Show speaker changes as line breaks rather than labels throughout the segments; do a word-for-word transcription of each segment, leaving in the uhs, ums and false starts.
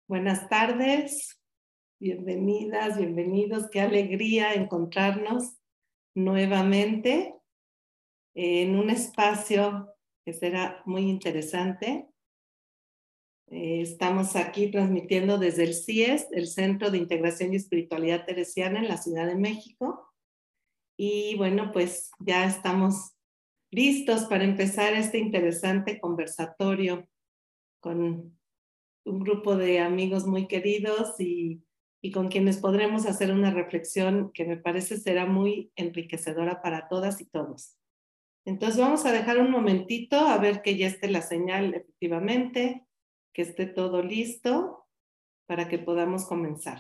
Buenas tardes, bienvenidas, bienvenidos. Qué alegría encontrarnos nuevamente en un espacio que será muy interesante. Eh, estamos aquí transmitiendo desde el C I E S, el Centro de Integración y Espiritualidad Teresiana en la Ciudad de México. Y bueno, pues ya estamos listos para empezar este interesante conversatorio con un grupo de amigos muy queridos y, y con quienes podremos hacer una reflexión que me parece será muy enriquecedora para todas y todos. Entonces vamos a dejar un momentito a ver que ya esté la señal efectivamente, que esté todo listo para que podamos comenzar.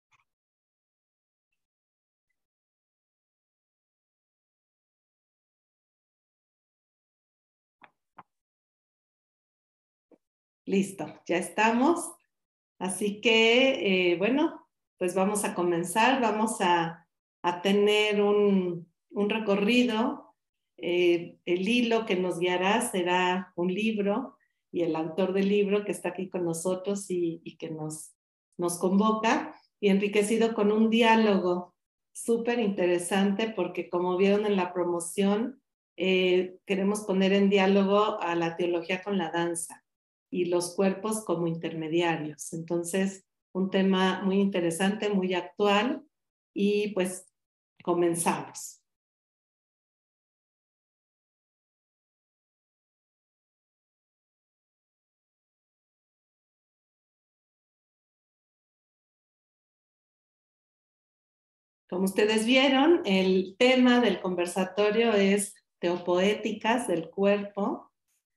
Listo, ya estamos. Así que, eh, bueno, pues vamos a comenzar, vamos a, a tener un, un recorrido. Eh, el hilo que nos guiará será un libro y el autor del libro que está aquí con nosotros y, y que nos, nos convoca, y enriquecido con un diálogo súper interesante porque, como vieron en la promoción, eh, queremos poner en diálogo a la teología con la danza y los cuerpos como intermediarios. Entonces, un tema muy interesante, muy actual, y pues comenzamos. Como ustedes vieron, el tema del conversatorio es teopoéticas del cuerpo.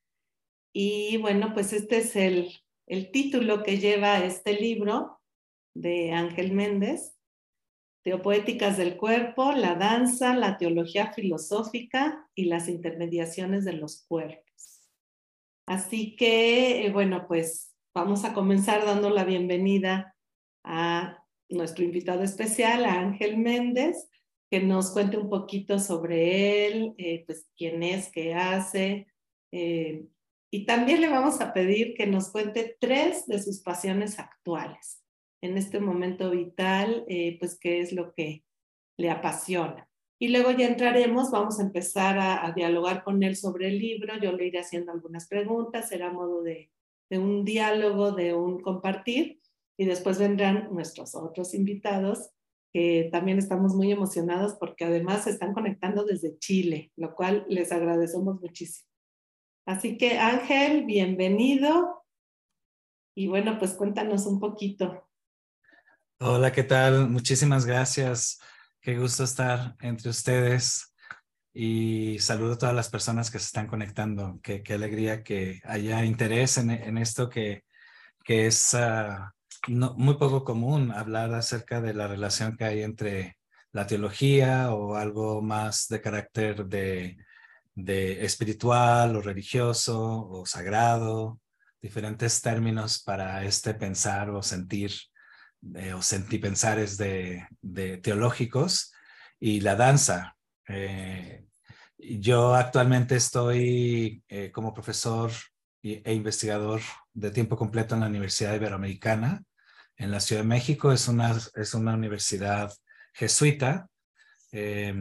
Y bueno, pues este es el, el título que lleva este libro de Ángel Méndez: Teopoéticas del cuerpo, la danza, la teología filosófica y las intermediaciones de los cuerpos. Así que, eh, bueno, pues vamos a comenzar dando la bienvenida a nuestro invitado especial, a Ángel Méndez, que nos cuente un poquito sobre él, eh, pues quién es, qué hace, eh, y también le vamos a pedir que nos cuente tres de sus pasiones actuales en este momento vital, eh, pues qué es lo que le apasiona. Y luego ya entraremos, vamos a empezar a, a dialogar con él sobre el libro. Yo le iré haciendo algunas preguntas, será modo de, de un diálogo, de un compartir, y después vendrán nuestros otros invitados, que también estamos muy emocionados porque además se están conectando desde Chile, lo cual les agradecemos muchísimo. Así que, Ángel, bienvenido, y bueno, pues cuéntanos un poquito.
Hola, ¿qué tal? Muchísimas gracias. Qué gusto estar entre ustedes y saludo a todas las personas que se están conectando. Qué, qué alegría que haya interés en, en esto que, que es uh, no, muy poco común, hablar acerca de la relación que hay entre la teología o algo más de carácter de, de espiritual o religioso o sagrado, diferentes términos para este pensar o sentir eh, o sentipensares de, de teológicos, y la danza. Eh, yo actualmente estoy eh, como profesor e investigador de tiempo completo en la Universidad Iberoamericana en la Ciudad de México. Es una, es una universidad jesuita, eh,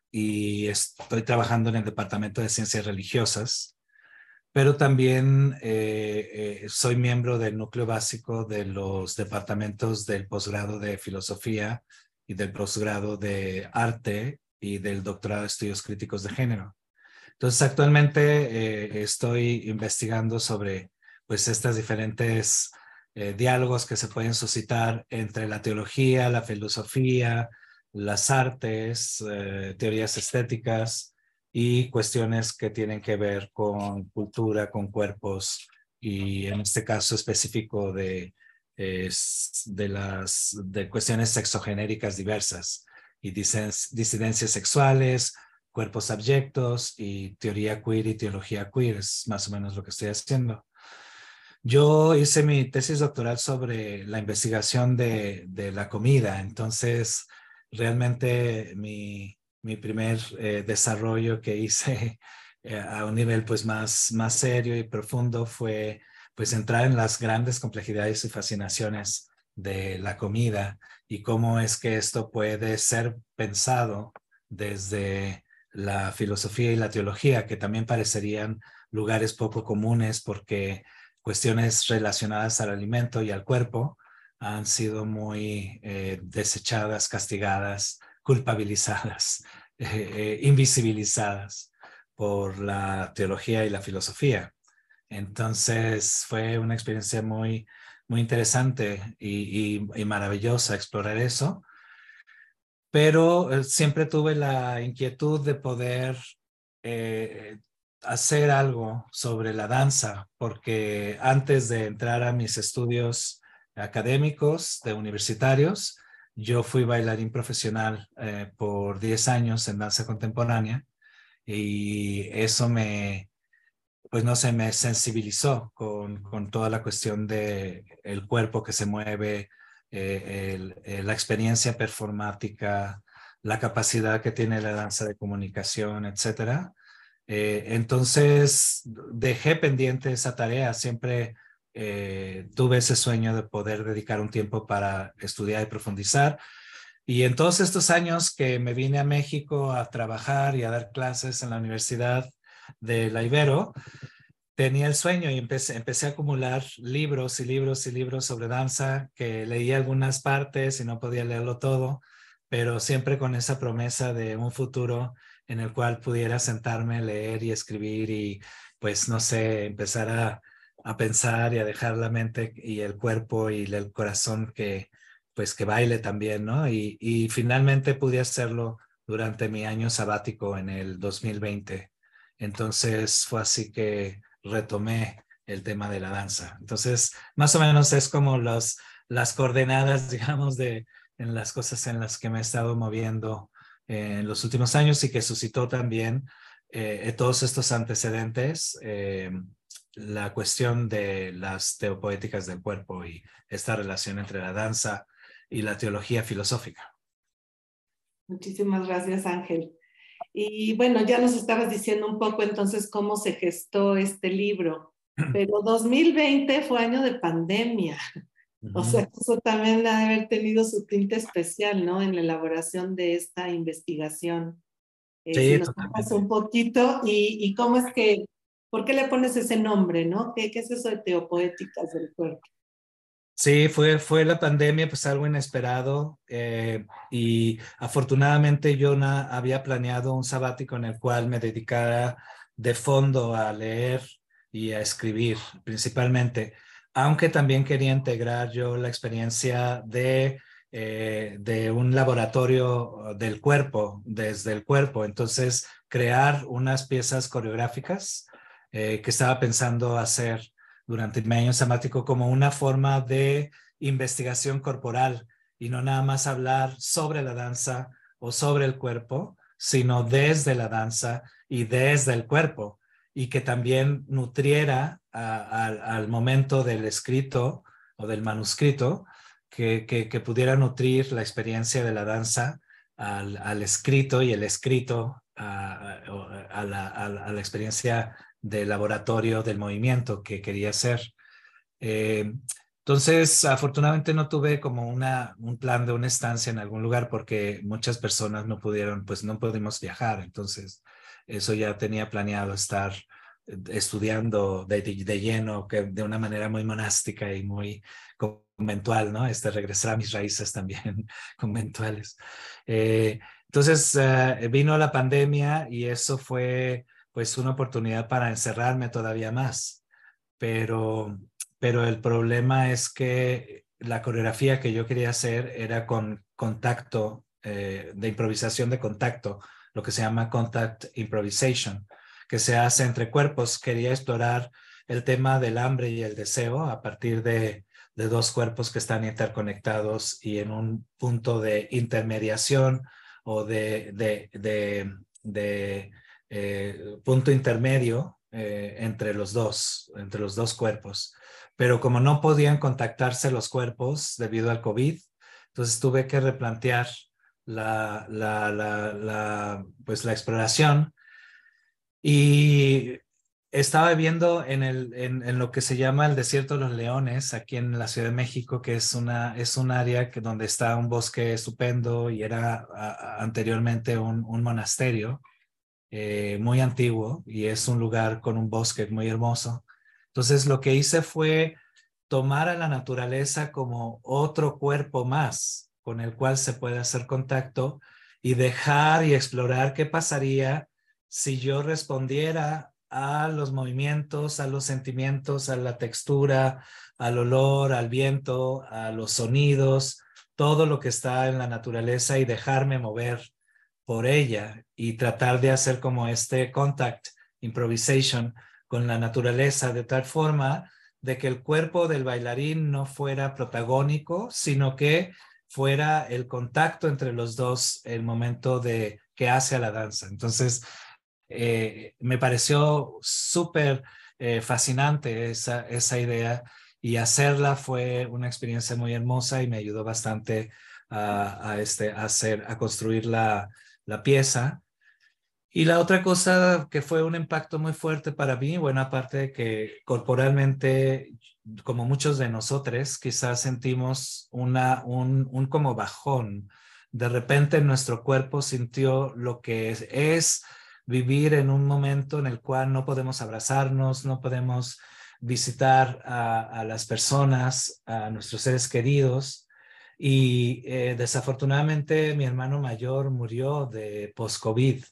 y estoy trabajando en el Departamento de Ciencias Religiosas, pero también eh, eh, soy miembro del núcleo básico de los departamentos del posgrado de filosofía y del posgrado de arte y del doctorado de estudios críticos de género. Entonces, actualmente eh, estoy investigando sobre pues estas diferentes eh, diálogos que se pueden suscitar entre la teología, la filosofía, las artes, eh, teorías estéticas y cuestiones que tienen que ver con cultura, con cuerpos, y en este caso específico de, eh, de las de cuestiones sexogenéricas diversas y disidencias sexuales, cuerpos abyectos y teoría queer y teología queer. Es más o menos lo que estoy haciendo. Yo hice mi tesis doctoral sobre la investigación de, de la comida, entonces realmente mi, mi primer eh, desarrollo que hice eh, a un nivel pues más, más serio y profundo fue pues entrar en las grandes complejidades y fascinaciones de la comida y cómo es que esto puede ser pensado desde la filosofía y la teología, que también parecerían lugares poco comunes porque cuestiones relacionadas al alimento y al cuerpo han sido muy eh, desechadas, castigadas, culpabilizadas, eh, eh, invisibilizadas por la teología y la filosofía. Entonces fue una experiencia muy, muy interesante y, y, y maravillosa explorar eso, pero eh, siempre tuve la inquietud de poder eh, hacer algo sobre la danza, porque antes de entrar a mis estudios académicos de universitarios, yo fui bailarín profesional eh, por diez años en danza contemporánea y eso me, pues no sé, me sensibilizó con, con toda la cuestión de el cuerpo que se mueve, eh, el, eh, la experiencia performática, la capacidad que tiene la danza de comunicación, etcétera. Eh, entonces dejé pendiente esa tarea, siempre eh, tuve ese sueño de poder dedicar un tiempo para estudiar y profundizar. Y en todos estos años que me vine a México a trabajar y a dar clases en la Universidad de la Ibero, tenía el sueño y empecé, empecé a acumular libros y libros y libros sobre danza, que leí algunas partes y no podía leerlo todo, pero siempre con esa promesa de un futuro en el cual pudiera sentarme, leer y escribir y pues no sé, empezar a, a pensar y a dejar la mente y el cuerpo y el corazón que pues que baile también, ¿no? Y, y finalmente pude hacerlo durante mi año sabático en el dos mil veinte. Entonces fue así que retomé el tema de la danza. Entonces, más o menos es como los, las coordenadas, digamos, de en las cosas en las que me he estado moviendo eh, en los últimos años y que suscitó también eh, todos estos antecedentes, eh, la cuestión de las teopoéticas del cuerpo y esta relación entre la danza y la teología filosófica.
Muchísimas gracias, Ángel. Y bueno, ya nos estabas diciendo un poco entonces cómo se gestó este libro, pero dos mil veinte fue año de pandemia, o sea,
Uh-huh.
eso también ha de haber tenido su tinte especial, ¿no? En la elaboración de esta investigación. Eh, si
Sí,
nos cuentas un
totalmente.
poquito y, y cómo es que, ¿por qué le pones ese nombre, ¿no? ¿Qué, qué es eso de teopoéticas del cuerpo?
Sí, fue, fue la pandemia, pues algo inesperado eh, y afortunadamente yo na- había planeado un sabático en el cual me dedicara de fondo a leer y a escribir principalmente, aunque también quería integrar yo la experiencia de, eh, de un laboratorio del cuerpo, desde el cuerpo, entonces crear unas piezas coreográficas eh, que estaba pensando hacer durante mi año sabático como una forma de investigación corporal y no nada más hablar sobre la danza o sobre el cuerpo, sino desde la danza y desde el cuerpo y que también nutriera a, a, al momento del escrito o del manuscrito, que, que, que pudiera nutrir la experiencia de la danza al, al escrito y el escrito a, a, a, la, a, la, experiencia del laboratorio del movimiento que quería hacer. Eh, entonces, afortunadamente no tuve como una, un plan de una estancia en algún lugar porque muchas personas no pudieron, pues no pudimos viajar. Entonces, eso ya tenía planeado estar estudiando de, de, de lleno, que de una manera muy monástica y muy conventual, ¿no? Este, regresar a mis raíces también conventuales. Eh, entonces, uh, vino la pandemia y eso fue pues una oportunidad para encerrarme todavía más. Pero, pero el problema es que la coreografía que yo quería hacer era con contacto, eh, de improvisación de contacto, lo que se llama contact improvisation, que se hace entre cuerpos. Quería explorar el tema del hambre y el deseo a partir de, de dos cuerpos que están interconectados y en un punto de intermediación o de, de, de, de eh, punto intermedio eh, entre los dos, entre los dos cuerpos. Pero como no podían contactarse los cuerpos debido al COVID, entonces tuve que replantear la, la, la, la, pues la exploración y estaba viviendo en, el, en, en lo que se llama el Desierto de los Leones, aquí en la Ciudad de México, que es, una, es un área que, donde está un bosque estupendo y era a, anteriormente un, un monasterio eh, muy antiguo y es un lugar con un bosque muy hermoso. Entonces lo que hice fue tomar a la naturaleza como otro cuerpo más con el cual se puede hacer contacto y dejar y explorar qué pasaría si yo respondiera a los movimientos, a los sentimientos, a la textura, al olor, al viento, a los sonidos, todo lo que está en la naturaleza y dejarme mover por ella y tratar de hacer como este contact improvisation con la naturaleza de tal forma de que el cuerpo del bailarín no fuera protagónico, sino que fuera el contacto entre los dos el momento de que hace a la danza. Entonces, eh, me pareció súper eh, fascinante esa, esa idea y hacerla fue una experiencia muy hermosa y me ayudó bastante a, a, este, a, hacer, a construir la, la pieza. Y la otra cosa que fue un impacto muy fuerte para mí, bueno, aparte de que corporalmente, como muchos de nosotros, quizás sentimos una, un, un como bajón. De repente nuestro cuerpo sintió lo que es, es vivir en un momento en el cual no podemos abrazarnos, no podemos visitar a, a las personas, a nuestros seres queridos. Y eh, desafortunadamente mi hermano mayor murió de post-COVID.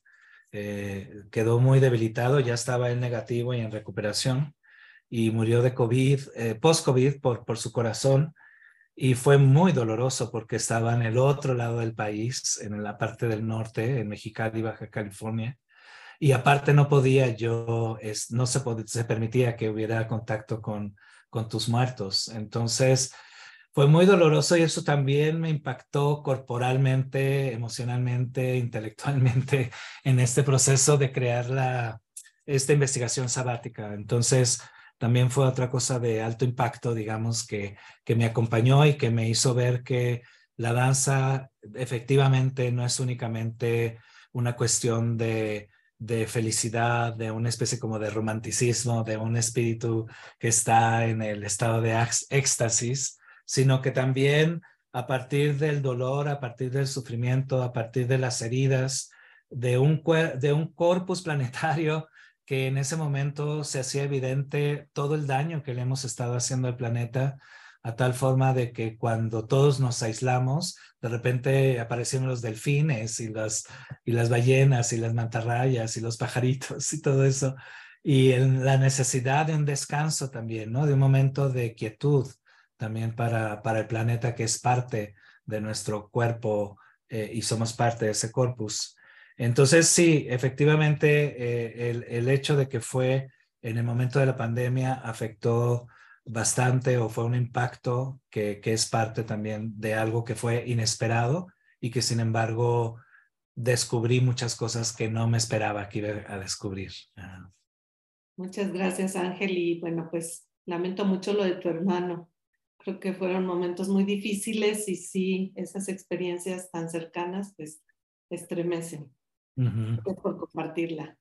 Eh, quedó muy debilitado, ya estaba en negativo y en recuperación y murió de COVID, eh, post-COVID por, por su corazón y fue muy doloroso porque estaba en el otro lado del país, en la parte del norte, en Mexicali, Baja California. Y aparte no podía yo, es, no se, pod- se permitía que hubiera contacto con, con tus muertos. Entonces, fue muy doloroso y eso también me impactó corporalmente, emocionalmente, intelectualmente en este proceso de crear la, esta investigación sabática. Entonces, también fue otra cosa de alto impacto, digamos, que, que me acompañó y que me hizo ver que la danza efectivamente no es únicamente una cuestión de, de felicidad, de una especie como de romanticismo, de un espíritu que está en el estado de éxtasis, sino que también a partir del dolor, a partir del sufrimiento, a partir de las heridas, de un, de un corpus planetario que en ese momento se hacía evidente todo el daño que le hemos estado haciendo al planeta, a tal forma de que cuando todos nos aislamos, de repente aparecieron los delfines y las, y las ballenas y las mantarrayas y los pajaritos y todo eso. Y en la necesidad de un descanso también, ¿no? De un momento de quietud también para, para el planeta que es parte de nuestro cuerpo eh, y somos parte de ese corpus. Entonces, sí, efectivamente, eh, el, el hecho de que fue en el momento de la pandemia afectó bastante o fue un impacto que, que es parte también de algo que fue inesperado y que sin embargo descubrí muchas cosas que no me esperaba que iba a descubrir. Uh.
Muchas gracias, Ángel. Y bueno, pues lamento mucho lo de tu hermano. Creo que fueron momentos muy difíciles y sí, esas experiencias tan cercanas, pues estremecen.
Uh-huh.
Gracias por compartirla.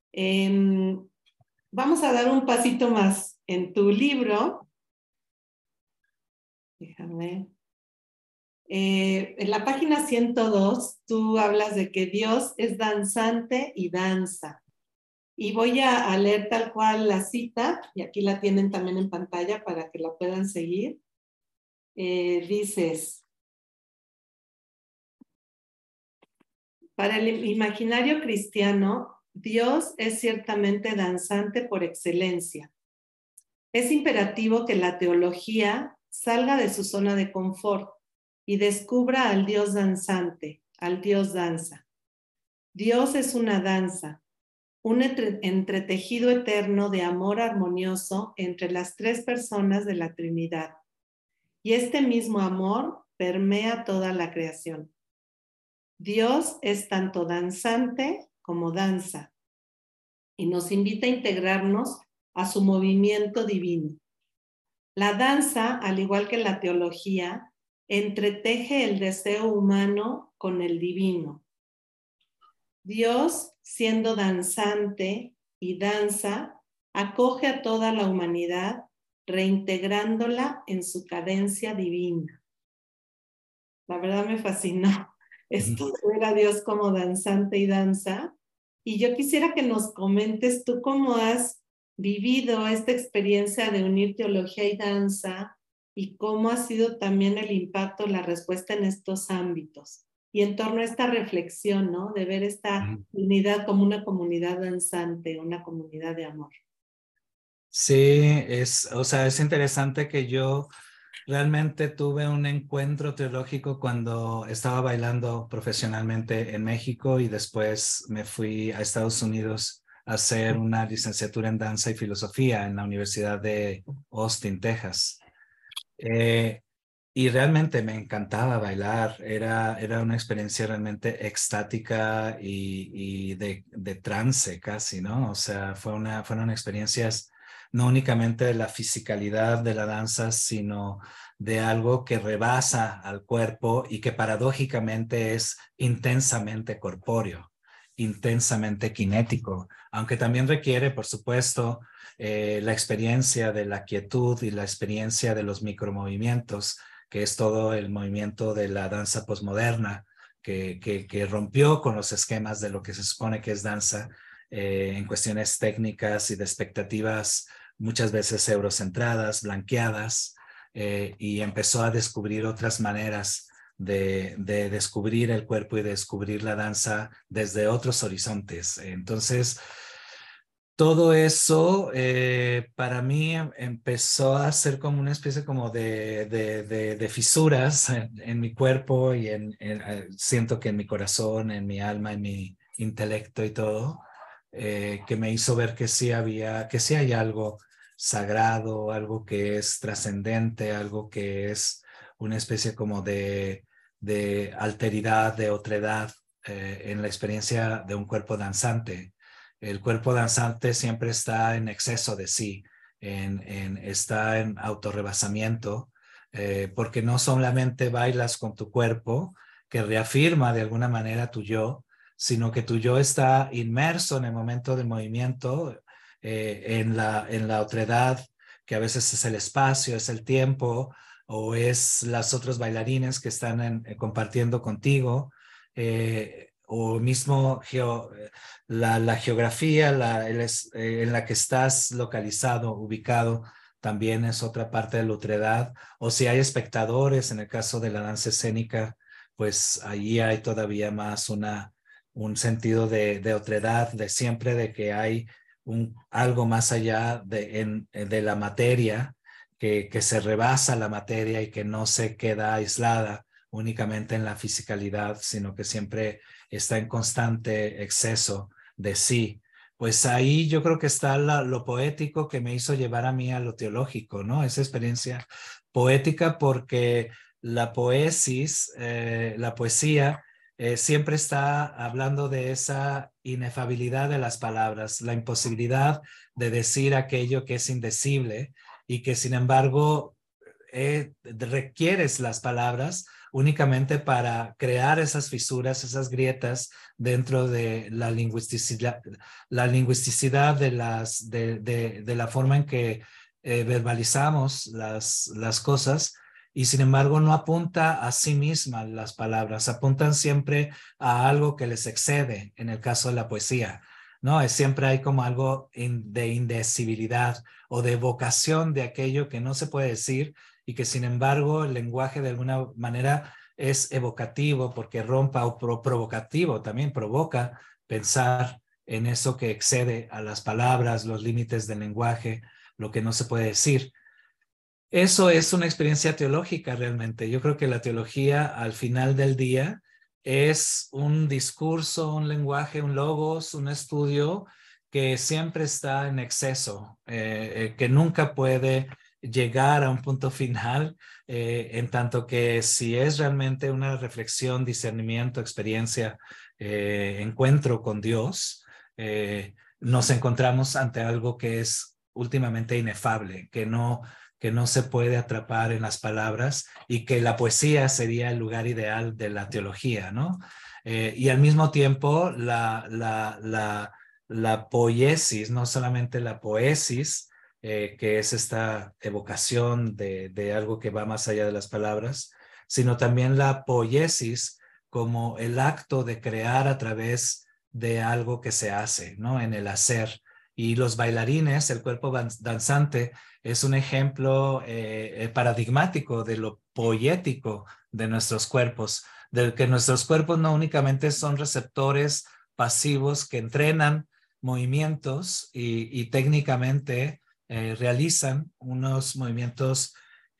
Eh, vamos a dar un pasito más. En tu libro, déjame, eh, en la página ciento dos, tú hablas de que Dios es danzante y danza. Y voy a, a leer tal cual la cita, y aquí la tienen también en pantalla para que la puedan seguir. Eh, dices, para el imaginario cristiano, Dios es ciertamente danzante por excelencia. Es imperativo que la teología salga de su zona de confort y descubra al Dios danzante, al Dios danza. Dios es una danza, un entretejido eterno de amor armonioso entre las tres personas de la Trinidad. Y este mismo amor permea toda la creación. Dios es tanto danzante como danza y nos invita a integrarnos a su movimiento divino. La danza, al igual que la teología, entreteje el deseo humano con el divino. Dios, siendo danzante y danza, acoge a toda la humanidad, reintegrándola en su cadencia divina. La verdad me fascinó esto de ver a Dios como danzante y danza. Y yo quisiera que nos comentes tú cómo has vivido esta experiencia de unir teología y danza y cómo ha sido también el impacto, la respuesta en estos ámbitos. Y en torno a esta reflexión, ¿no? De ver esta unidad como una comunidad danzante, una comunidad de amor.
Sí, es, o sea, es interesante que yo realmente tuve un encuentro teológico cuando estaba bailando profesionalmente en México y después me fui a Estados Unidos a hacer una licenciatura en danza y filosofía en la Universidad de Austin, Texas. Eh, y realmente me encantaba bailar, era, era una experiencia realmente extática y, y de, de trance casi, ¿no? O sea, fue una, fueron experiencias no únicamente de la fisicalidad de la danza, sino de algo que rebasa al cuerpo y que paradójicamente es intensamente corpóreo, intensamente cinético, aunque también requiere, por supuesto, eh, la experiencia de la quietud y la experiencia de los micromovimientos, que es todo el movimiento de la danza posmoderna, que, que, que rompió con los esquemas de lo que se supone que es danza eh, en cuestiones técnicas y de expectativas muchas veces eurocentradas, blanqueadas, eh, y empezó a descubrir otras maneras de, de descubrir el cuerpo y de descubrir la danza desde otros horizontes. Entonces, todo eso eh, para mí empezó a ser como una especie como de, de, de, de fisuras en, en, mi cuerpo y en, en, eh, siento que en mi corazón, en mi alma, en mi intelecto y todo, eh, que me hizo ver que sí había, que sí hay algo sagrado, algo que es trascendente, algo que es una especie como de, de alteridad, de otredad eh, en la experiencia de un cuerpo danzante. El cuerpo danzante siempre está en exceso de sí, en, en, está en autorrebasamiento, eh, porque no solamente bailas con tu cuerpo, que reafirma de alguna manera tu yo, sino que tu yo está inmerso en el momento del movimiento, eh, en, la, en la otredad, que a veces es el espacio, es el tiempo, o es las otros bailarines que están en, eh, compartiendo contigo, eh, o mismo geo, la, la geografía la, el, eh, en la que estás localizado, ubicado, también es otra parte de la otredad. O si hay espectadores, en el caso de la danza escénica, pues allí hay todavía más una, un sentido de, de otredad, de siempre de que hay un, algo más allá de, en, de la materia, que, que se rebasa la materia y que no se queda aislada únicamente en la fisicalidad, sino que siempre está en constante exceso de sí. Pues ahí yo creo que está la, lo poético que me hizo llevar a mí a lo teológico, ¿no? Esa experiencia poética porque la poesis, eh, la poesía, eh, siempre está hablando de esa inefabilidad de las palabras, la imposibilidad de decir aquello que es indecible y que sin embargo eh, requieres las palabras únicamente para crear esas fisuras, esas grietas dentro de la lingüisticidad, la lingüisticidad de, las, de, de, de la forma en que eh, verbalizamos las, las cosas, y sin embargo no apunta a sí misma las palabras, apuntan siempre a algo que les excede en el caso de la poesía, ¿no? Es, siempre hay como algo in, de indecibilidad o de evocación de aquello que no se puede decir y que sin embargo el lenguaje de alguna manera es evocativo porque rompa o pro provocativo, también provoca pensar en eso que excede a las palabras, los límites del lenguaje, lo que no se puede decir. Eso es una experiencia teológica realmente. Yo creo que la teología al final del día es un discurso, un lenguaje, un logos, un estudio que siempre está en exceso, eh, eh, que nunca puede llegar a un punto final, eh, en tanto que si es realmente una reflexión, discernimiento, experiencia, eh, encuentro con Dios, eh, nos encontramos ante algo que es últimamente inefable, que no que no se puede atrapar en las palabras y que la poesía sería el lugar ideal de la teología, ¿no? Eh, y al mismo tiempo la, la, la, la poiesis, no solamente la poesis, eh, que es esta evocación de, de algo que va más allá de las palabras, sino también la poiesis como el acto de crear a través de algo que se hace, ¿no? En el hacer. Y los bailarines, el cuerpo danzante, es un ejemplo eh, paradigmático de lo poético de nuestros cuerpos, de que nuestros cuerpos no únicamente son receptores pasivos que entrenan movimientos y, y técnicamente eh, realizan unos movimientos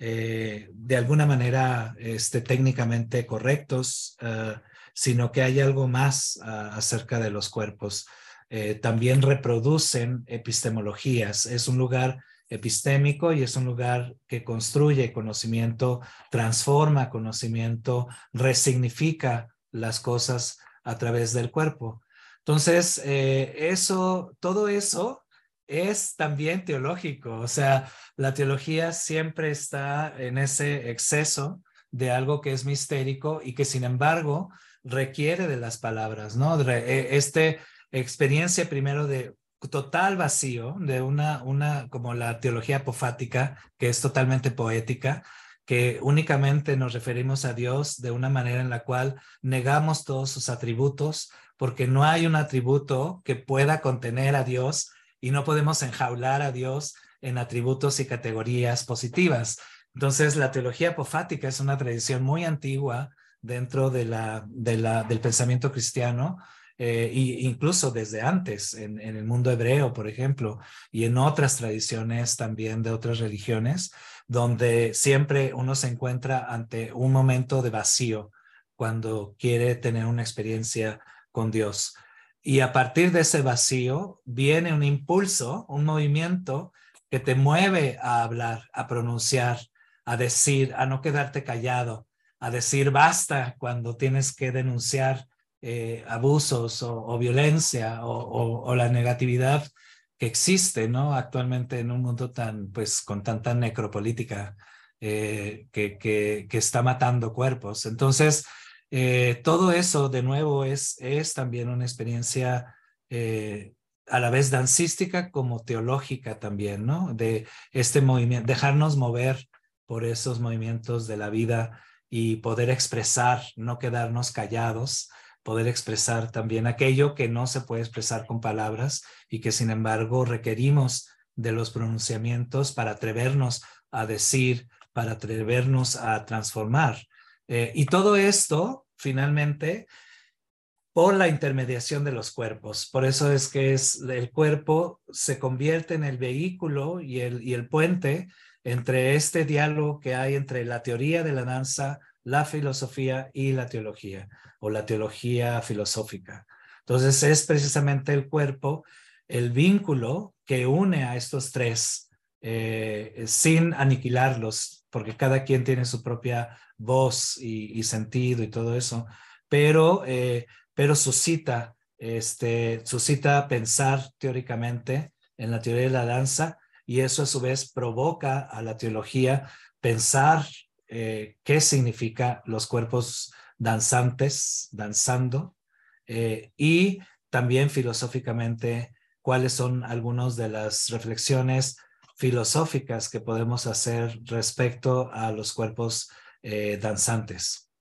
eh, de alguna manera este, técnicamente correctos, uh, sino que hay algo más uh, acerca de los cuerpos. Eh, también reproducen epistemologías. Es un lugar epistémico y es un lugar que construye conocimiento, transforma conocimiento, resignifica las cosas a través del cuerpo. Entonces, eh, eso, todo eso es también teológico. O sea, la teología siempre está en ese exceso de algo que es mistérico y que sin embargo requiere de las palabras, ¿no? Este experiencia primero de total vacío, de una, una como la teología apofática, que es totalmente poética, que únicamente nos referimos a Dios de una manera en la cual negamos todos sus atributos, porque no hay un atributo que pueda contener a Dios y no podemos enjaular a Dios en atributos y categorías positivas. Entonces, la teología apofática es una tradición muy antigua dentro de la, de la, del pensamiento cristiano, eh, e incluso desde antes, en, en el mundo hebreo, por ejemplo, y en otras tradiciones también de otras religiones, donde siempre uno se encuentra ante un momento de vacío cuando quiere tener una experiencia con Dios. Y a partir de ese vacío viene un impulso, un movimiento que te mueve a hablar, a pronunciar, a decir, a no quedarte callado, a decir basta cuando tienes que denunciar eh, abusos o, o violencia o, o, o la negatividad que existe, ¿no? Actualmente en un mundo tan, pues, con tanta necropolítica eh, que, que, que está matando cuerpos. Entonces, eh, todo eso, de nuevo, es, es también una experiencia eh, a la vez dancística como teológica también, ¿no? De este movimiento, dejarnos mover por esos movimientos de la vida y poder expresar, no quedarnos callados, poder expresar también aquello que no se puede expresar con palabras y que sin embargo requerimos de los pronunciamientos para atrevernos a decir, para atrevernos a transformar. Eh, y todo esto, finalmente, por la intermediación de los cuerpos. Por eso es que es, el cuerpo se convierte en el vehículo y el, y el puente entre este diálogo que hay entre la teoría de la danza, la filosofía y la teología, o la teología filosófica. Entonces es precisamente el cuerpo el vínculo que une a estos tres eh, sin aniquilarlos, porque cada quien tiene su propia voz y, y sentido y todo eso, pero, eh, pero suscita, este, suscita pensar teóricamente en la teoría de la danza y eso a su vez provoca a la teología pensar eh, qué significa los cuerpos danzantes, danzando, eh, y también filosóficamente cuáles son algunas de las reflexiones filosóficas que podemos hacer respecto a los cuerpos eh, danzantes.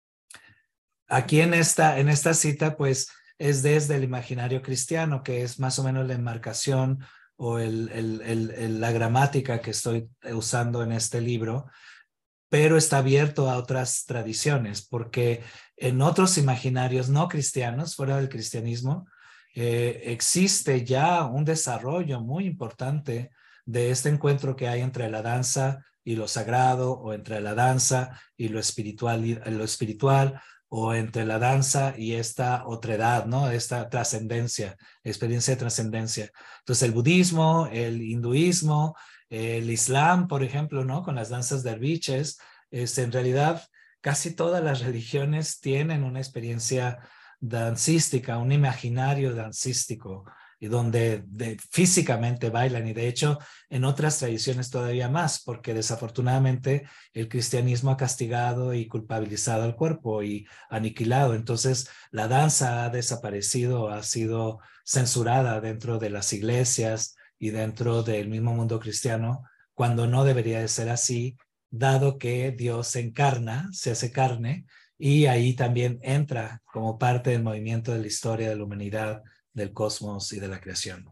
Aquí en esta, en esta cita, pues, es desde el imaginario cristiano, que es más o menos la enmarcación o el, el, el, el, la gramática que estoy usando en este libro, pero está abierto a otras tradiciones, porque en otros imaginarios no cristianos, fuera del cristianismo, eh, existe ya un desarrollo muy importante de este encuentro que hay entre la danza y lo sagrado, o entre la danza y lo espiritual, y lo espiritual, o entre la danza y esta otredad, ¿no? Esta trascendencia, experiencia de trascendencia. Entonces el budismo, el hinduismo, el islam, por ejemplo, ¿no? Con las danzas derviches, es, en realidad casi todas las religiones tienen una experiencia dancística, un imaginario dancístico. y donde de, físicamente bailan, y de hecho en otras tradiciones todavía más, porque desafortunadamente el cristianismo ha castigado y culpabilizado al cuerpo y aniquilado. Entonces la danza ha desaparecido, ha sido censurada dentro de las iglesias y dentro del mismo mundo cristiano, cuando no debería de ser así, dado que Dios se encarna, se hace carne, y ahí también entra como parte del movimiento de la historia de la humanidad, del cosmos y de la creación.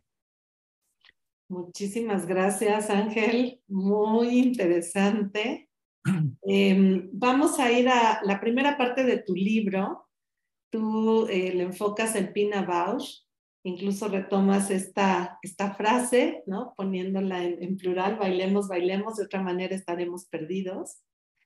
Muchísimas gracias, Ángel. Muy interesante. Eh, vamos a ir a la primera parte de tu libro. Tú eh, le enfocas en Pina Bausch, incluso retomas esta, esta frase, ¿no? Poniéndola en, en plural, bailemos, bailemos, de otra manera estaremos perdidos.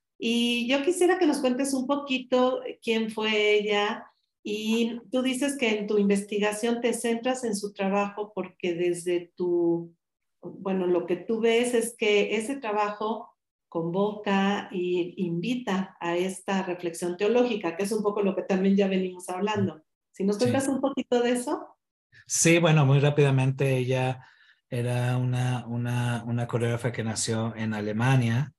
Y yo quisiera que nos cuentes un poquito quién fue ella. Y tú dices que en tu investigación te centras en su trabajo porque desde tu, bueno, lo que tú ves es que ese trabajo convoca e invita a esta reflexión teológica, que es un poco lo que también ya venimos hablando. Si nos
Sí.
cuentas un poquito de eso.
Sí, bueno, muy rápidamente, ella era una, una, una coreógrafa que nació en Alemania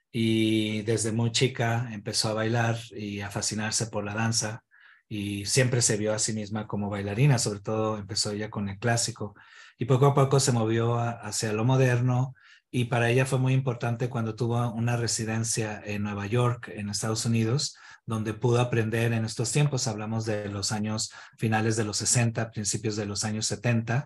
y desde muy chica empezó a bailar y a fascinarse por la danza, y siempre se vio a sí misma como bailarina. Sobre todo empezó ella con el clásico y poco a poco se movió a, hacia lo moderno, y para ella fue muy importante cuando tuvo una residencia en Nueva York, en Estados Unidos, donde pudo aprender en estos tiempos. Hablamos de los años finales de los sesenta, principios de los años setenta,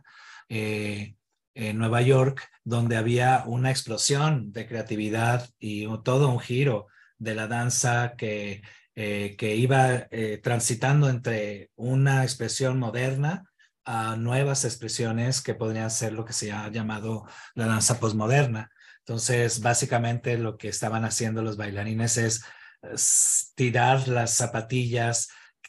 eh, en Nueva York, donde había una explosión de creatividad y un, todo un giro de la danza que, eh, que iba eh, transitando entre una expresión moderna a nuevas expresiones que podrían ser lo que se ha llamado la danza posmoderna. Entonces, básicamente lo que estaban haciendo los bailarines es, es tirar las zapatillas,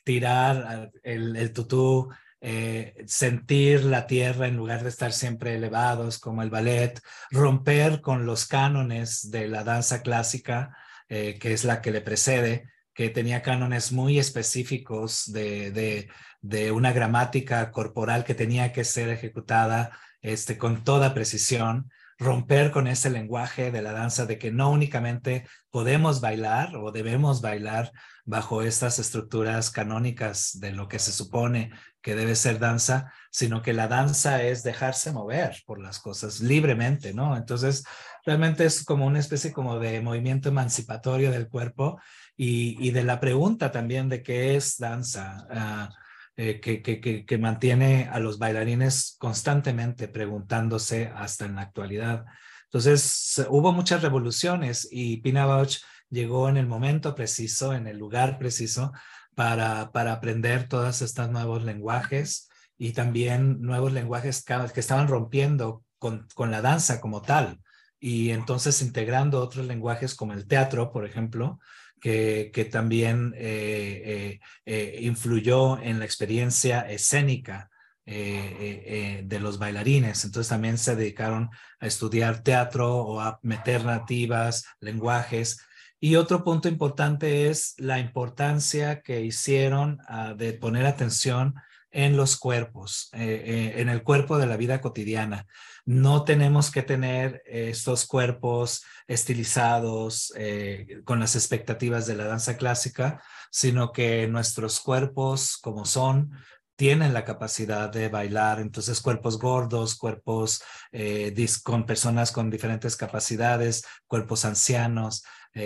tirar el, el tutú, eh, sentir la tierra en lugar de estar siempre elevados como el ballet, romper con los cánones de la danza clásica, eh, que es la que le precede, que tenía cánones muy específicos de, de, de una gramática corporal que tenía que ser ejecutada este, con toda precisión. Romper con ese lenguaje de la danza de que no únicamente podemos bailar o debemos bailar bajo estas estructuras canónicas de lo que se supone que debe ser danza, sino que la danza es dejarse mover por las cosas libremente, ¿no? Entonces, realmente es como una especie como de movimiento emancipatorio del cuerpo y, y de la pregunta también de qué es danza, uh, eh, que, que, que, que mantiene a los bailarines constantemente preguntándose hasta en la actualidad. Entonces, hubo muchas revoluciones y Pina Bausch llegó en el momento preciso, en el lugar preciso, para, para aprender todos estos nuevos lenguajes y también nuevos lenguajes que, que estaban rompiendo con, con la danza como tal, y entonces integrando otros lenguajes como el teatro, por ejemplo, que, que también eh, eh, eh, influyó en la experiencia escénica eh, eh, eh, de los bailarines. Entonces también se dedicaron a estudiar teatro o a meter nativas, lenguajes. Y otro punto importante es la importancia que hicieron uh, de poner atención en los cuerpos, eh, eh, en el cuerpo de la vida cotidiana. No tenemos que tener eh, estos cuerpos estilizados eh, con las expectativas de la danza clásica, sino que nuestros cuerpos como son tienen la capacidad de bailar. Entonces, cuerpos gordos, cuerpos eh, con personas con diferentes capacidades, cuerpos ancianos,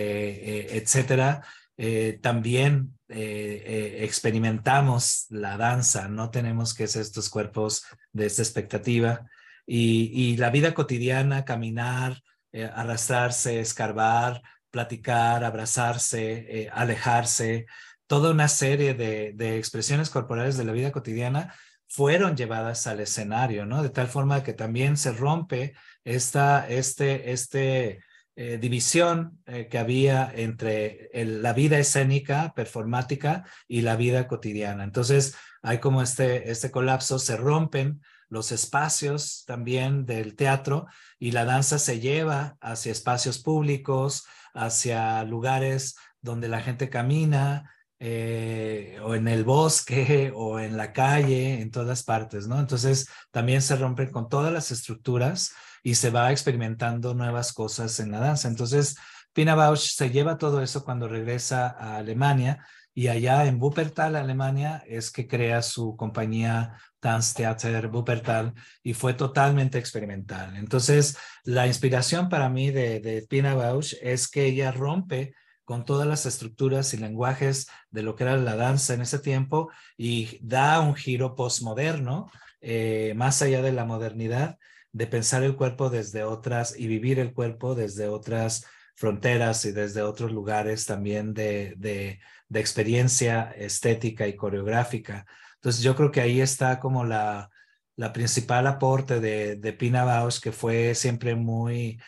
eh, eh, etcétera. Eh, también eh, eh, experimentamos la danza, no tenemos que ser estos cuerpos de esta expectativa. Y, y la vida cotidiana, caminar, eh, arrastrarse, escarbar, platicar, abrazarse, eh, alejarse, toda una serie de, de expresiones corporales de la vida cotidiana fueron llevadas al escenario, ¿no? De tal forma que también se rompe esta, este, este, Eh, división eh, que había entre el, la vida escénica, performática y la vida cotidiana. Entonces hay como este, este colapso, se rompen los espacios también del teatro y la danza se lleva hacia espacios públicos, hacia lugares donde la gente camina eh, o en el bosque o en la calle, en todas partes, ¿no? Entonces también se rompen con todas las estructuras y se va experimentando nuevas cosas en la danza. Entonces Pina Bausch se lleva todo eso cuando regresa a Alemania y allá en Wuppertal, Alemania, es que crea su compañía Tanztheater Wuppertal y fue totalmente experimental. Entonces la inspiración para mí de, de Pina Bausch es que ella rompe con todas las estructuras y lenguajes de lo que era la danza en ese tiempo y da un giro postmoderno, eh, más allá de la modernidad, de pensar el cuerpo desde otras y vivir el cuerpo desde otras fronteras y desde otros lugares también de, de, de experiencia estética y coreográfica. Entonces yo creo que ahí está como la, la principal aporte de, de Pina Bausch, que fue siempre muy,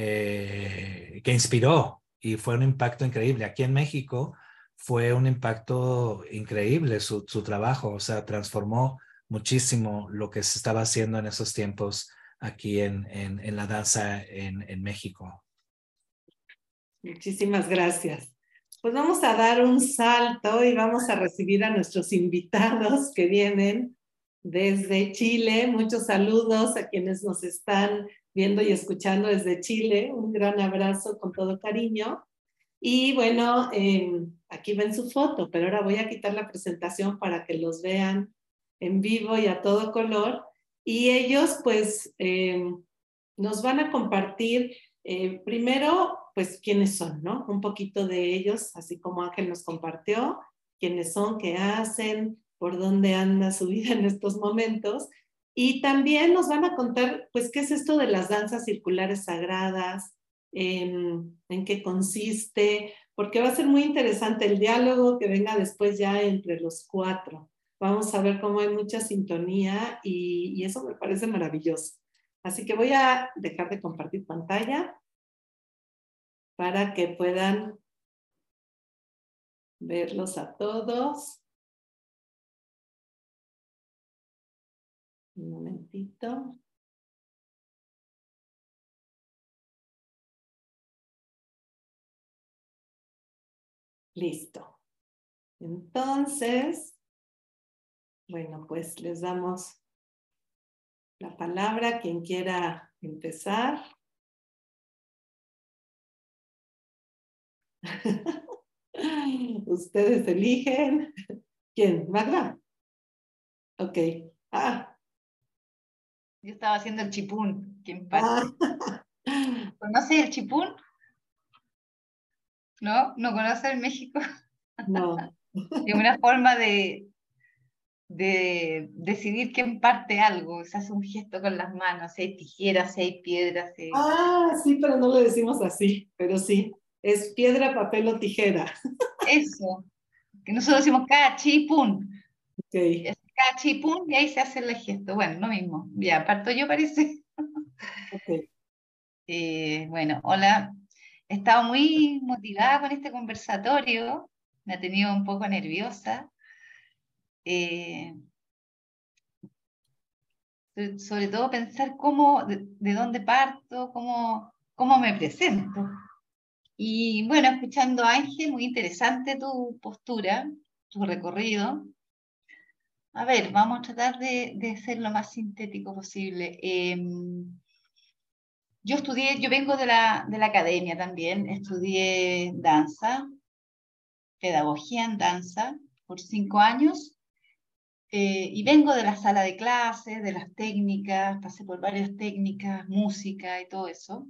eh, que inspiró y fue un impacto increíble. Aquí en México fue un impacto increíble su, su trabajo, o sea, transformó muchísimo lo que se estaba haciendo en esos tiempos aquí en, en, en la danza en, en México.
Muchísimas gracias. Pues vamos a dar un salto y vamos a recibir a nuestros invitados que vienen desde Chile. Muchos saludos a quienes nos están viendo y escuchando desde Chile. Un gran abrazo con todo cariño. Y bueno, eh, aquí ven su foto, pero ahora voy a quitar la presentación para que los vean en vivo y a todo color. Y ellos pues eh, nos van a compartir eh, primero pues quiénes son, ¿no? Un poquito de ellos, así como Ángel nos compartió, quiénes son, qué hacen, por dónde anda su vida en estos momentos. Y también nos van a contar pues qué es esto de las danzas circulares sagradas, en, en qué consiste, porque va a ser muy interesante el diálogo que venga después ya entre los cuatro. Vamos a ver cómo hay mucha sintonía y, y eso me parece maravilloso. Así que voy a dejar de compartir pantalla para que puedan verlos a todos. Un momentito. Listo. Entonces, bueno, pues les damos la palabra a quien quiera empezar. Ustedes eligen. ¿Quién? ¿Magda? Ok. Ah.
Yo estaba haciendo el chipún, que en parte.
Ah.
¿Conoces el chipún? ¿No? ¿No conoces el México?
No.
Es una forma de, de decidir quién parte algo. Se hace un gesto con las manos, si hay tijeras, si hay piedras. Si...
Ah, sí, pero no lo decimos así, pero sí. Es piedra, papel o tijera.
Eso. Que nosotros decimos cachipún.
Ok.
Es cachipún y ahí se hace el gesto. Bueno, lo mismo. Ya, parto yo, parece.
Ok.
Eh, bueno, hola. He estado muy motivada con este conversatorio. Me ha tenido un poco nerviosa. Eh, sobre todo pensar cómo, de, de dónde parto, cómo, cómo me presento. Y bueno, escuchando a Ángel, muy interesante tu postura, tu recorrido. A ver, vamos a tratar de, de ser lo más sintético posible. Eh, yo estudié, yo vengo de la, de la academia también, estudié danza, pedagogía en danza por cinco años. Eh, y vengo de la sala de clases, de las técnicas, pasé por varias técnicas, música y todo eso.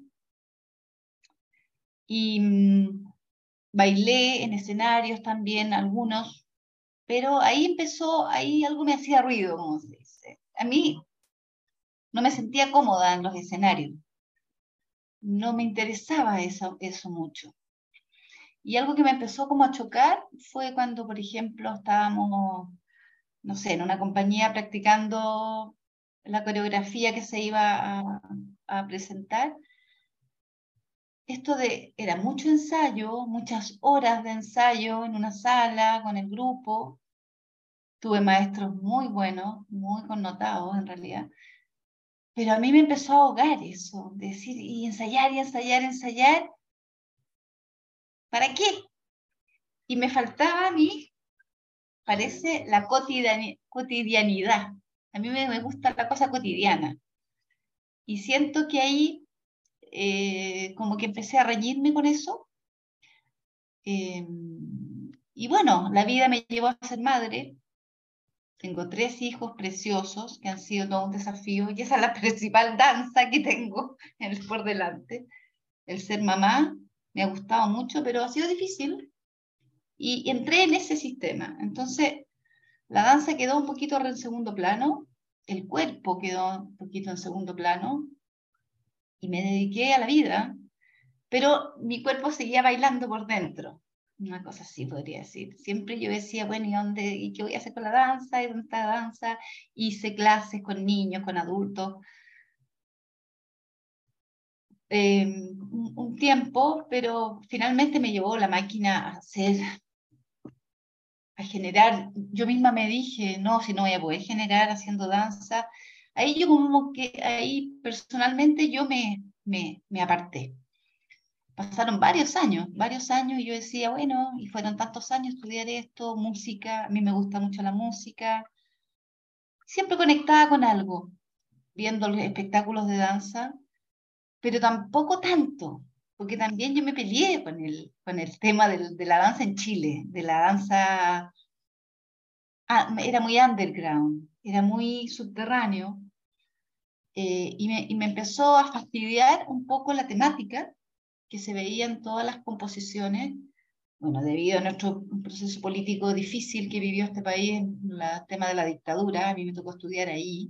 Y mmm, bailé en escenarios también, algunos, pero ahí empezó, ahí algo me hacía ruido, como se dice. A mí no me sentía cómoda en los escenarios, no me interesaba eso, eso mucho. Y algo que me empezó como a chocar fue cuando, por ejemplo, estábamos, no sé, en una compañía practicando la coreografía que se iba a, a presentar. Esto de, era mucho ensayo, muchas horas de ensayo en una sala con el grupo. Tuve maestros muy buenos, muy connotados en realidad. Pero a mí me empezó a ahogar eso, de decir, y ensayar, y ensayar, ensayar. ¿Para qué? Y me faltaba a mí parece la cotidiani cotidianidad. A mí me, me gusta la cosa cotidiana. Y siento que ahí eh, como que empecé a reñirme con eso. Eh, y bueno, la vida me llevó a ser madre. Tengo tres hijos preciosos que han sido todo un desafío. Y esa es la principal danza que tengo por delante. El ser mamá me ha gustado mucho, pero ha sido difícil. Y entré en ese sistema. Entonces, la danza quedó un poquito en segundo plano, el cuerpo quedó un poquito en segundo plano, y me dediqué a la vida, pero mi cuerpo seguía bailando por dentro. Una cosa así podría decir. Siempre yo decía, bueno, ¿y dónde, y qué voy a hacer con la danza? ¿Y dónde está la danza? Hice clases con niños, con adultos. Eh, un, un tiempo, pero finalmente me llevó la máquina a hacer a generar, yo misma me dije, no, si no voy a poder generar haciendo danza. Ahí yo como que, ahí personalmente yo me, me, me aparté. Pasaron varios años, varios años, y yo decía, bueno, y fueron tantos años estudiar esto, música, a mí me gusta mucho la música, siempre conectada con algo, viendo los espectáculos de danza, pero tampoco tanto, porque también yo me peleé con el, con el tema del, de la danza en Chile, de la danza. Ah, era muy underground, era muy subterráneo, eh, y, me, y me empezó a fastidiar un poco la temática que se veía en todas las composiciones, bueno, debido a nuestro proceso político difícil que vivió este país, en el tema de la dictadura. A mí me tocó estudiar ahí,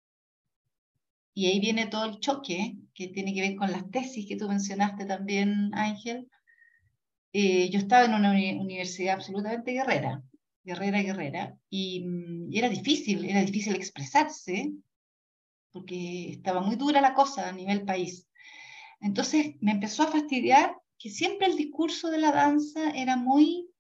y ahí viene todo el choque que tiene que ver con las tesis que tú mencionaste también, Ángel. Eh, yo estaba en una uni universidad absolutamente guerrera, guerrera, guerrera, y, y era difícil, era difícil expresarse, porque estaba muy dura la cosa a nivel país. Entonces me empezó a fastidiar que siempre el discurso de la danza era muy,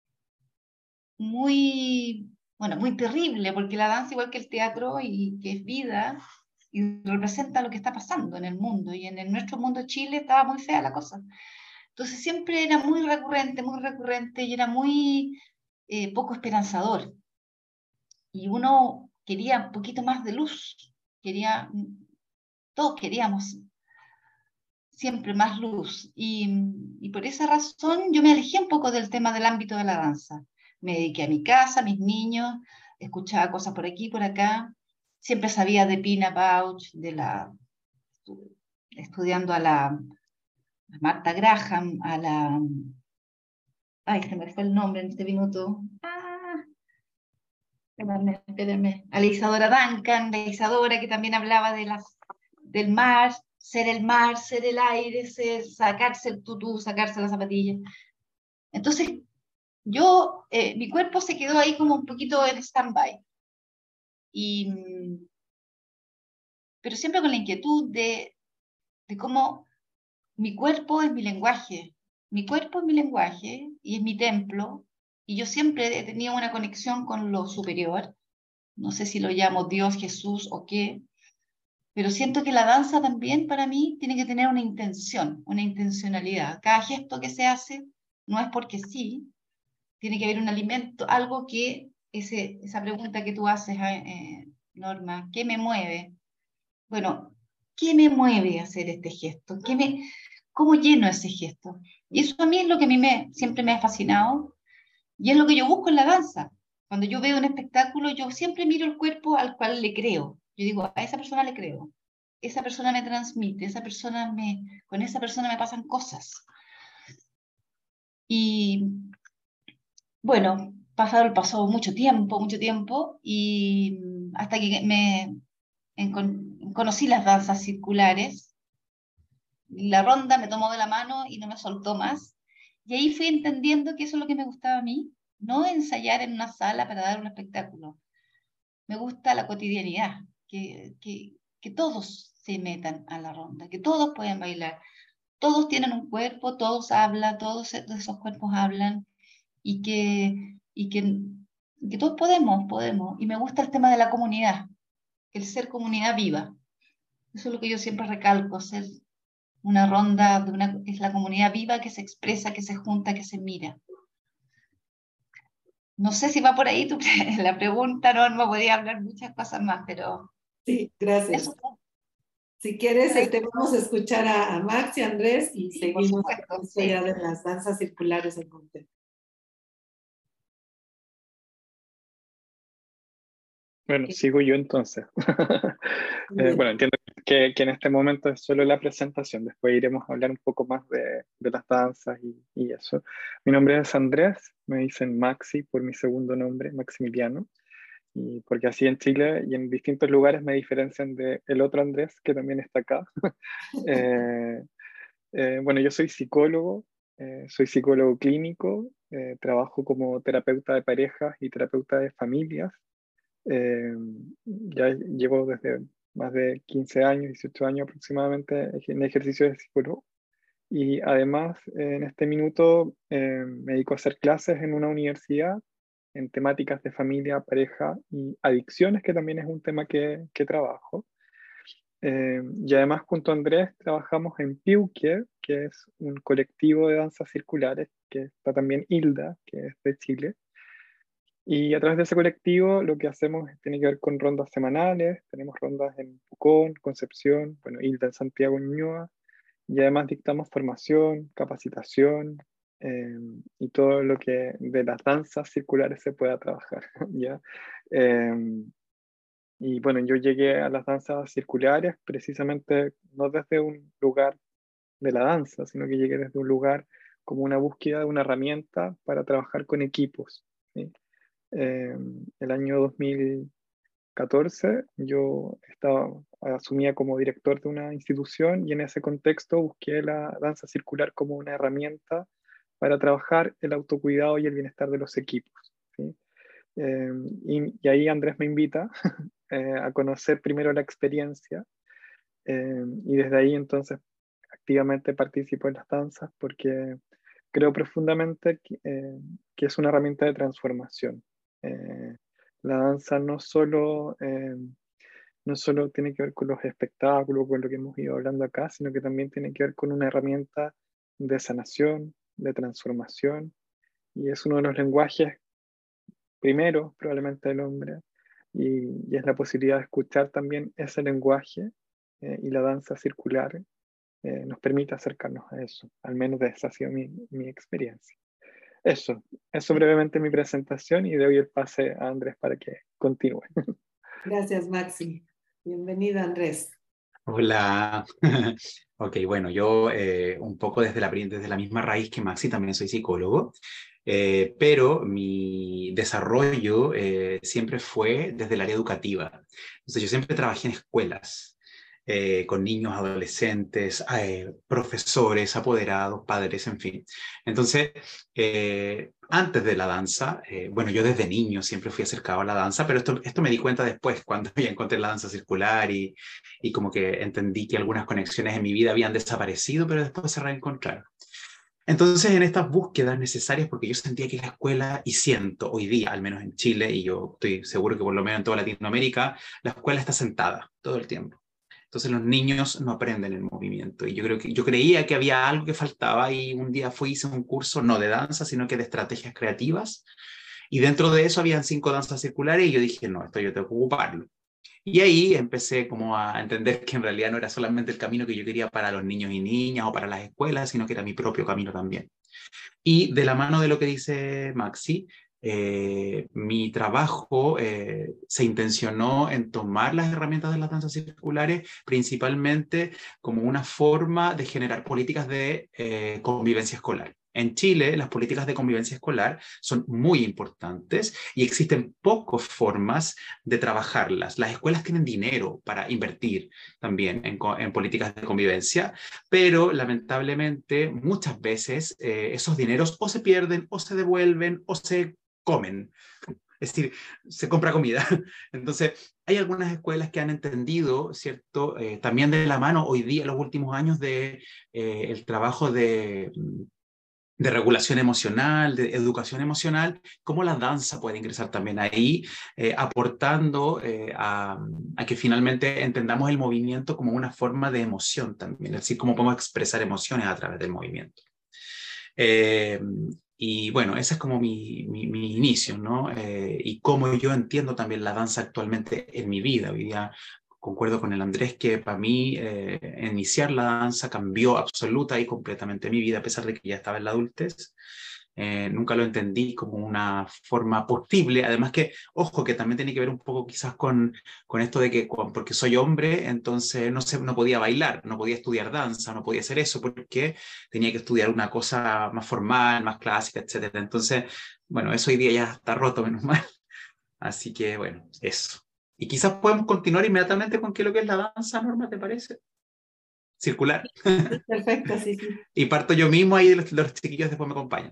muy, bueno, muy terrible, porque la danza, igual que el teatro, y que es vida, y representa lo que está pasando en el mundo, y en el, nuestro mundo Chile estaba muy fea la cosa. Entonces siempre era muy recurrente, muy recurrente, y era muy eh, poco esperanzador. Y uno quería un poquito más de luz, quería, todos queríamos siempre más luz. Y, y por esa razón yo me alejé un poco del tema del ámbito de la danza. Me dediqué a mi casa, a mis niños, escuchaba cosas por aquí, por acá. Siempre sabía de Pina Bausch, de la, estudiando a la a Martha Graham, a la... Ay, se me fue el nombre en este minuto. Ah, espérenme, espérenme. A la Isadora Duncan, la Isadora que también hablaba de las, del mar, ser el mar, ser el aire, ser, sacarse el tutú, sacarse las zapatillas. Entonces, yo, eh, mi cuerpo se quedó ahí como un poquito en stand-by. Y, pero siempre con la inquietud de, de cómo mi cuerpo es mi lenguaje. Mi cuerpo es mi lenguaje y es mi templo. Y yo siempre he tenido una conexión con lo superior. No sé si lo llamo Dios, Jesús o qué, pero siento que la danza también para mí tiene que tener una intención, una intencionalidad. Cada gesto que se hace no es porque sí, tiene que haber un alimento, algo que, ese, esa pregunta que tú haces, eh, Norma, ¿qué me mueve? Bueno, ¿qué me mueve a hacer este gesto? ¿Qué me, ¿Cómo lleno ese gesto? Y eso a mí es lo que a mí me, siempre me ha fascinado, y es lo que yo busco en la danza. Cuando yo veo un espectáculo, yo siempre miro el cuerpo al cual le creo. Yo digo, a esa persona le creo. Esa persona me transmite, esa persona me, con esa persona me pasan cosas. Y bueno, pasado, pasó mucho tiempo, mucho tiempo, y hasta que me en, conocí las danzas circulares. La ronda me tomó de la mano y no me soltó más. Y ahí fui entendiendo que eso es lo que me gustaba a mí, no ensayar en una sala para dar un espectáculo. Me gusta la cotidianidad, que, que, que todos se metan a la ronda, que todos puedan bailar. Todos tienen un cuerpo, todos hablan, todos esos cuerpos hablan, y que, y que, que todos podemos, podemos. Y me gusta el tema de la comunidad, el ser comunidad viva. Eso es lo que yo siempre recalco, ser una ronda, de una, es la comunidad viva que se expresa, que se junta, que se mira. no sé si va por ahí tu, la pregunta, Norma, podría hablar muchas cosas más, pero
Sí, gracias.
eso.
Si quieres, este, vamos a escuchar a, a Max y Andrés y
Sí, por
seguimos
supuesto,
con esto
sí.
ya de las danzas circulares en contexto.
Bueno, sigo yo entonces. Eh,
Bien.
bueno, entiendo que, que en este momento es solo la presentación, después iremos a hablar un poco más de, de las danzas y, y eso. Mi nombre es Andrés, me dicen Maxi por mi segundo nombre, Maximiliano, y porque así en Chile y en distintos lugares me diferencian de el otro Andrés que también está acá. Eh, eh, bueno, yo soy psicólogo, eh, soy psicólogo clínico, eh, trabajo como terapeuta de parejas y terapeuta de familias. Eh, ya llevo desde más de quince años, dieciocho años aproximadamente en ejercicio de psicólogo. Y además, eh, en este minuto eh, me dedico a hacer clases en una universidad en temáticas de familia, pareja y adicciones, que también es un tema que, que trabajo. Eh, y además, junto a Andrés, trabajamos en Piuque, que es un colectivo de danzas circulares, que está también Hilda, que es de Chile. Y a través de ese colectivo lo que hacemos tiene que ver con rondas semanales, tenemos rondas en Pucón, Concepción, bueno, Hilda en Santiago, Ñuñoa, y además dictamos formación, capacitación eh, y todo lo que de las danzas circulares se pueda trabajar, ¿ya? Eh, y bueno, yo llegué a las danzas circulares precisamente no desde un lugar de la danza, sino que llegué desde un lugar como una búsqueda de una herramienta para trabajar con equipos, ¿sí? Eh, el año dos mil catorce yo estaba, asumía como director de una institución y en ese contexto busqué la danza circular como una herramienta para trabajar el autocuidado y el bienestar de los equipos, ¿sí? Eh, y, y ahí Andrés me invita eh, a conocer primero la experiencia eh, y desde ahí entonces activamente participo en las danzas porque creo profundamente que, eh, que es una herramienta de transformación. Eh, la danza no solo, eh, no solo tiene que ver con los espectáculos, con lo que hemos ido hablando acá, sino que también tiene que ver con una herramienta de sanación, de transformación, y es uno de los lenguajes primeros probablemente del hombre, y, y es la posibilidad de escuchar también ese lenguaje eh, y la danza circular eh, nos permite acercarnos a eso, al menos esa ha sido mi, mi experiencia. Eso, eso brevemente mi presentación y doy el pase a Andrés para que continúe.
Gracias, Maxi. Bienvenido, Andrés.
Hola. Ok, bueno, yo eh, un poco desde la, desde la misma raíz que Maxi, también soy psicólogo, eh, pero mi desarrollo eh, siempre fue desde el área educativa. Entonces yo siempre trabajé en escuelas, eh, con niños, adolescentes, eh, profesores, apoderados, padres, en fin. Entonces, eh, antes de la danza, eh, bueno, yo desde niño siempre fui acercado a la danza, pero esto, esto me di cuenta después, cuando ya encontré la danza circular y, y como que entendí que algunas conexiones en mi vida habían desaparecido, pero después se reencontraron. Entonces, en estas búsquedas necesarias, porque yo sentía que la escuela, y siento hoy día, al menos en Chile, y yo estoy seguro que por lo menos en toda Latinoamérica, la escuela está sentada todo el tiempo. Entonces los niños no aprenden el movimiento. Y yo creo que yo creía que había algo que faltaba y un día fui, hice un curso no de danza, sino que de estrategias creativas. Y dentro de eso habían cinco danzas circulares y yo dije, no, esto yo tengo que ocuparlo. Y ahí empecé como a entender que en realidad no era solamente el camino que yo quería para los niños y niñas o para las escuelas, sino que era mi propio camino también. Y de la mano de lo que dice Maxi, eh, mi trabajo eh, se intencionó en tomar las herramientas de las danzas circulares principalmente como una forma de generar políticas de eh, convivencia escolar. En Chile, las políticas de convivencia escolar son muy importantes y existen pocas formas de trabajarlas. Las escuelas tienen dinero para invertir también en, en políticas de convivencia, pero lamentablemente muchas veces eh, esos dineros o se pierden o se devuelven o se comen. Es decir, se compra comida. Entonces, hay algunas escuelas que han entendido, ¿cierto? Eh, también de la mano hoy día, en los últimos años, de eh, el trabajo de, de regulación emocional, de educación emocional, cómo la danza puede ingresar también ahí, eh, aportando eh, a, a que finalmente entendamos el movimiento como una forma de emoción también, es decir, cómo podemos expresar emociones a través del movimiento. Eh,
y bueno, ese es como mi, mi, mi inicio, ¿no? Eh, y cómo yo entiendo también la danza actualmente en mi vida. Hoy día concuerdo con el Andrés que para mí eh, iniciar la danza cambió absoluta y completamente mi vida, a pesar de que ya estaba en la adultez. Eh, nunca lo entendí como una forma posible, además que, ojo, que también tiene que ver un poco quizás con, con esto de que con, porque soy hombre, entonces no, sé, no podía bailar, no podía estudiar danza, no podía hacer eso, porque tenía que estudiar una cosa más formal, más clásica, etcétera. Entonces, bueno, eso hoy día ya está roto, menos mal. Así que, bueno, eso. Y quizás podemos continuar inmediatamente con qué es lo que es la danza, Norma, ¿te parece? Circular.
Sí, perfecto, sí, sí.
Y parto yo mismo, ahí los, los chiquillos después me acompañan.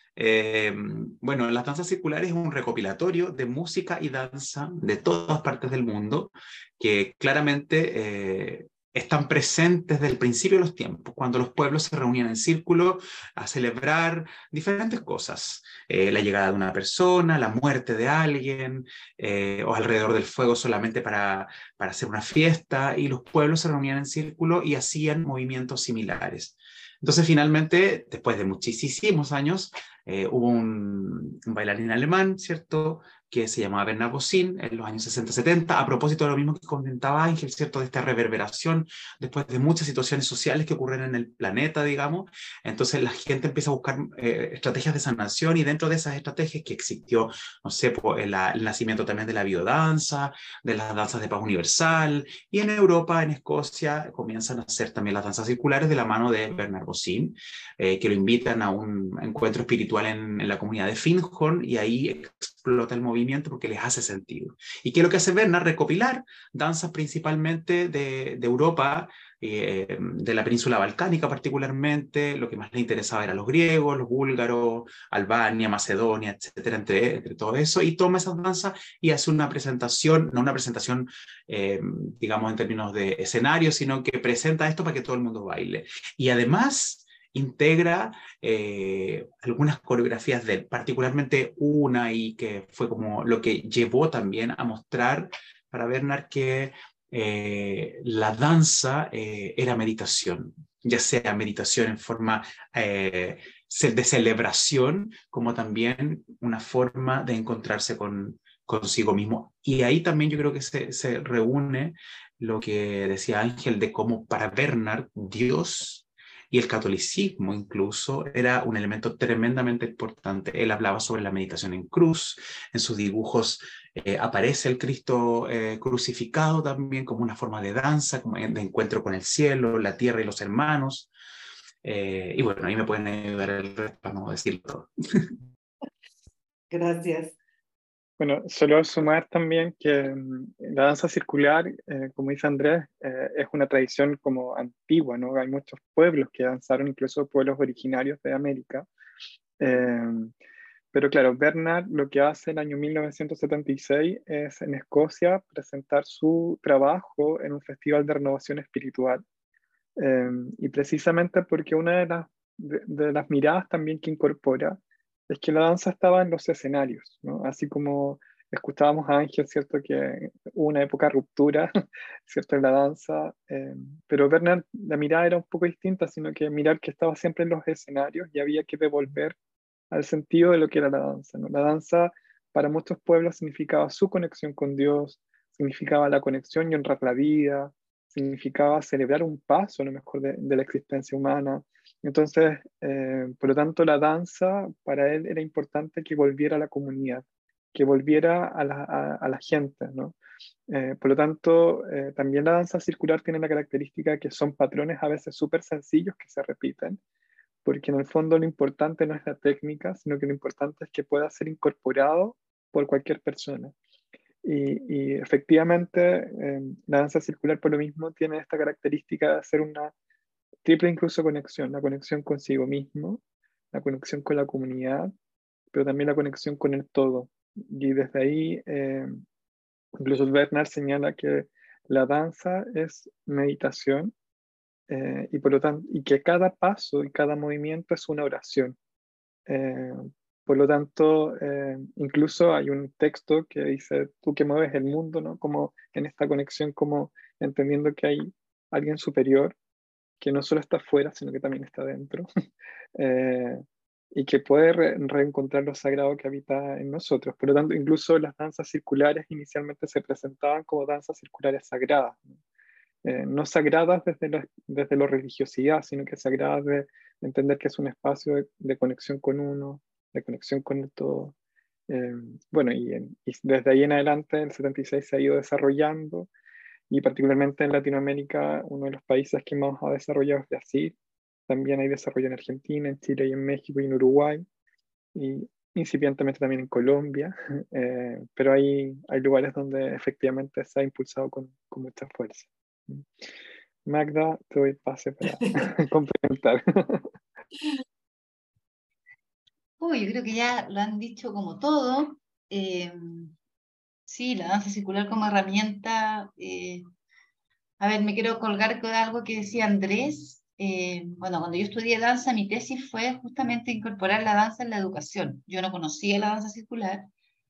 Eh, bueno, las danzas circulares es un recopilatorio de música y danza de todas partes del mundo que claramente eh, están presentes desde el principio de los tiempos, cuando los pueblos se reunían en círculo a celebrar diferentes cosas. Eh, la llegada de una persona, la muerte de alguien, eh, o alrededor del fuego solamente para, para hacer una fiesta, y los pueblos se reunían en círculo y hacían movimientos similares. Entonces, finalmente, después de muchísimos años, eh, hubo un, un bailarín alemán, ¿cierto?, que se llamaba Bernard Bossin en los años sesenta setenta, a propósito de lo mismo que comentaba Ángel, ¿cierto?, de esta reverberación después de muchas situaciones sociales que ocurren en el planeta, digamos. Entonces la gente empieza a buscar eh, estrategias de sanación, y dentro de esas estrategias que existió, no sé, pues, el, el nacimiento también de la biodanza, de las danzas de paz universal, y en Europa, en Escocia, comienzan a hacer también las danzas circulares de la mano de Bernard Bossin, eh, que lo invitan a un encuentro espiritual en, en la comunidad de Findhorn, y ahí explota el movimiento porque les hace sentido. ¿Y qué es lo que hace Bernard? Recopilar danzas principalmente de, de Europa, eh, de la península balcánica particularmente. Lo que más le interesaba eran los griegos, los búlgaros, Albania, Macedonia, etcétera, entre, entre todo eso, y toma esas danzas y hace una presentación, no una presentación, eh, digamos, en términos de escenario, sino que presenta esto para que todo el mundo baile. Y además integra eh, algunas coreografías de él, particularmente una, y que fue como lo que llevó también a mostrar para Bernard que eh, la danza eh, era meditación, ya sea meditación en forma eh, de celebración, como también una forma de encontrarse con, consigo mismo. Y ahí también yo creo que se, se reúne lo que decía Ángel, de cómo para Bernard Dios y el catolicismo incluso era un elemento tremendamente importante. Él hablaba sobre la meditación en cruz, en sus dibujos eh, aparece el Cristo eh, crucificado también como una forma de danza, como de encuentro con el cielo, la tierra y los hermanos. Eh, y bueno, ahí me pueden ayudar el resto para no decirlo todo.
Gracias.
Bueno, solo sumar también que mm, la danza circular, eh, como dice Andrés, eh, es una tradición como antigua, ¿no? Hay muchos pueblos que danzaron, incluso pueblos originarios de América. Eh, pero claro, Bernard lo que hace en el año mil novecientos setenta y seis es en Escocia presentar su trabajo en un festival de renovación espiritual. Eh, y precisamente porque una de las, de, de las miradas también que incorpora es que la danza estaba en los escenarios, ¿no? Así como escuchábamos a Ángel, ¿cierto? Que hubo una época de ruptura, ¿cierto? En la danza, eh, pero Bernard, la mirada era un poco distinta, sino que mirar que estaba siempre en los escenarios y había que devolver al sentido de lo que era la danza, ¿no? La danza para muchos pueblos significaba su conexión con Dios, significaba la conexión y honrar la vida, significaba celebrar un paso, a lo mejor, de, de la existencia humana. Entonces, eh, por lo tanto, la danza para él era importante que volviera a la comunidad, que volviera a la, a, a la gente, ¿no? Eh, por lo tanto, eh, también la danza circular tiene la característica que son patrones a veces súper sencillos que se repiten, porque en el fondo lo importante no es la técnica, sino que lo importante es que pueda ser incorporado por cualquier persona. Y, y efectivamente, eh, la danza circular por lo mismo tiene esta característica de hacer una triple incluso conexión, la conexión consigo mismo, la conexión con la comunidad, pero también la conexión con el todo. Y desde ahí, eh, incluso Bernard señala que la danza es meditación, eh, y por lo tanto, y que cada paso y cada movimiento es una oración. Eh, por lo tanto, eh, incluso hay un texto que dice, tú que mueves el mundo, ¿no? Como en esta conexión, como entendiendo que hay alguien superior que no solo está afuera, sino que también está dentro. eh, y que puede re reencontrar lo sagrado que habita en nosotros. Por lo tanto, incluso las danzas circulares inicialmente se presentaban como danzas circulares sagradas, ¿no? Eh, no sagradas desde la, desde la religiosidad, sino que sagradas de, de entender que es un espacio de, de conexión con uno, de conexión con el todo. Eh, bueno, y, en, y desde ahí en adelante el setenta y seis se ha ido desarrollando, y particularmente en Latinoamérica, uno de los países que más ha desarrollado es Brasil. También hay desarrollo en Argentina, en Chile y en México y en Uruguay, y incipientemente también en Colombia, eh, pero hay, hay lugares donde efectivamente se ha impulsado con, con mucha fuerza. Magda, te doy pase para complementar.
Uy, yo creo que ya lo han dicho como todo. Eh, sí, la danza circular como herramienta. Eh, a ver, me quiero colgar con algo que decía Andrés. Eh, bueno, cuando yo estudié danza, mi tesis fue justamente incorporar la danza en la educación. Yo no conocía la danza circular,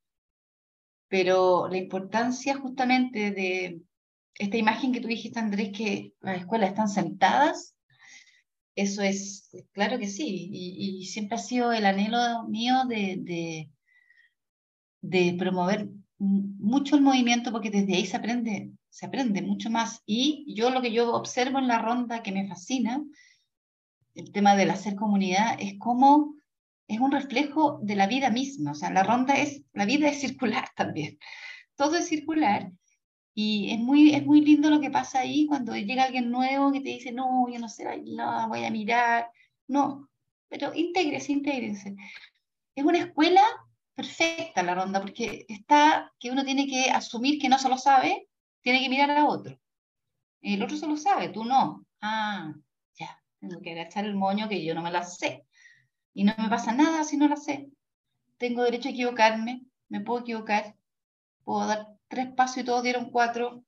pero la importancia justamente de esta imagen que tú dijiste, Andrés, que las escuelas están sentadas, eso es, claro que sí, y, y siempre ha sido el anhelo mío de, de, de promover mucho el movimiento, porque desde ahí se aprende, se aprende mucho más. Y yo lo que yo observo en la ronda que me fascina, el tema del hacer comunidad, es cómo es un reflejo de la vida misma. O sea, la ronda es, la vida es circular también. Todo es circular. Y es muy, es muy lindo lo que pasa ahí cuando llega alguien nuevo que te dice, no, yo no sé bailar, voy a mirar. No, pero intégrese, intégrese. Es una escuela perfecta la ronda, porque está que uno tiene que asumir que no se lo sabe, tiene que mirar a otro. El otro se lo sabe, tú no. Ah, ya, tengo que agachar el moño que yo no me la sé. Y no me pasa nada si no la sé. Tengo derecho a equivocarme, me puedo equivocar, puedo dar tres pasos y todos dieron cuatro.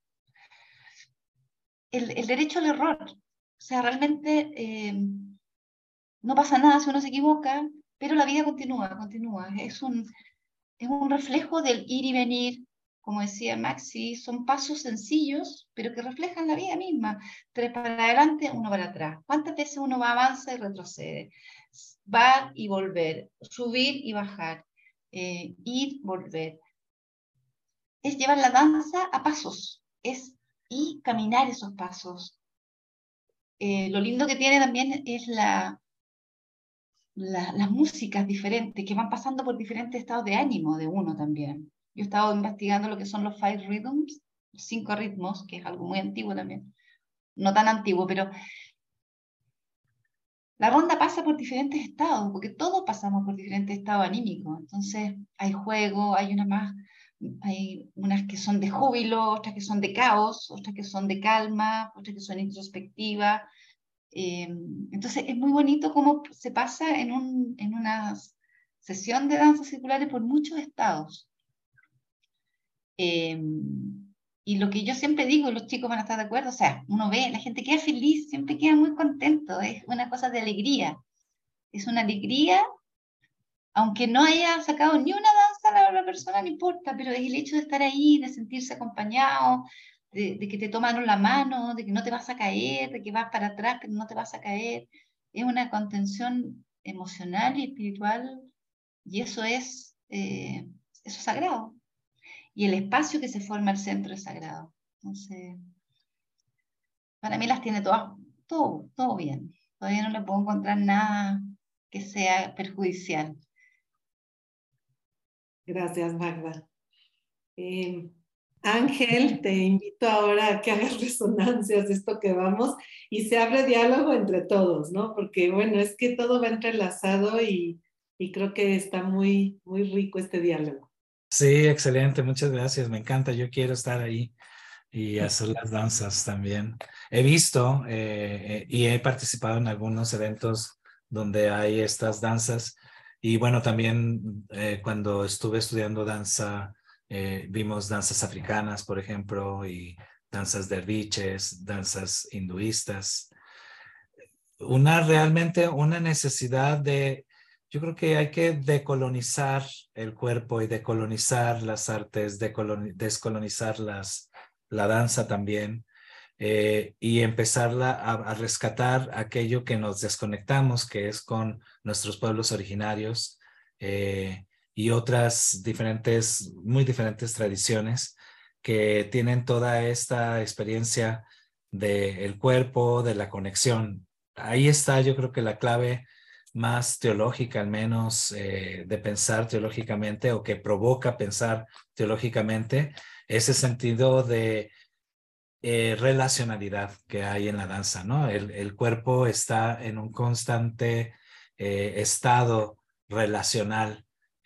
El, el derecho al error. O sea, realmente eh, no pasa nada si uno se equivoca, pero la vida continúa, continúa. Es un, es un reflejo del ir y venir, como decía Maxi, son pasos sencillos, pero que reflejan la vida misma. Tres para adelante, uno para atrás. ¿Cuántas veces uno va, avanza y retrocede? Va y volver, subir y bajar, eh, ir, volver. Es llevar la danza a pasos, es y caminar esos pasos. Eh, lo lindo que tiene también es la, la, las músicas diferentes que van pasando por diferentes estados de ánimo de uno también. Yo he estado investigando lo que son los five rhythms, los cinco ritmos, que es algo muy antiguo también. No tan antiguo, pero la ronda pasa por diferentes estados, porque todos pasamos por diferentes estados anímicos. Entonces, hay juego, hay unas más, hay unas que son de júbilo, otras que son de caos, otras que son de calma, otras que son introspectivas. Eh, entonces es muy bonito cómo se pasa en, un, en una sesión de danzas circulares por muchos estados. Eh, y lo que yo siempre digo, y los chicos van a estar de acuerdo, o sea, uno ve, la gente queda feliz, siempre queda muy contento, es una cosa de alegría. Es una alegría, aunque no haya sacado ni una danza la, la persona, no importa, pero es el hecho de estar ahí, de sentirse acompañado, de, de que te tomaron la mano, de que no te vas a caer, de que vas para atrás, pero no te vas a caer. Es una contención emocional y espiritual, y eso es, eh, eso es sagrado. Y el espacio que se forma al centro es sagrado. Entonces, para mí las tiene todas, todo, todo bien. Todavía no le puedo encontrar nada que sea perjudicial.
Gracias, Magda. Eh, Ángel, te invito ahora a que hagas resonancias de esto que vamos y se abre diálogo entre todos, ¿no? Porque, bueno, es que todo va entrelazado y, y creo que está muy, muy rico este diálogo.
Sí, excelente, muchas gracias, me encanta, yo quiero estar ahí y hacer las danzas también. He visto eh, eh, y he participado en algunos eventos donde hay estas danzas y bueno, también eh, cuando estuve estudiando danza, eh, vimos danzas africanas, por ejemplo, y danzas derviches, danzas hinduistas. Una realmente una necesidad de, yo creo que hay que decolonizar el cuerpo y decolonizar las artes, decoloni- descolonizar las, la danza también. eh, y empezarla a, a rescatar aquello que nos desconectamos, que es con nuestros pueblos originarios eh, y otras diferentes, muy diferentes tradiciones que tienen toda esta experiencia del cuerpo, de la conexión. Ahí está, yo creo que la clave más teológica, al menos eh, de pensar teológicamente o que provoca pensar teológicamente, ese sentido de eh, relacionalidad que hay en la danza, ¿no? El, el cuerpo está en un constante eh, estado relacional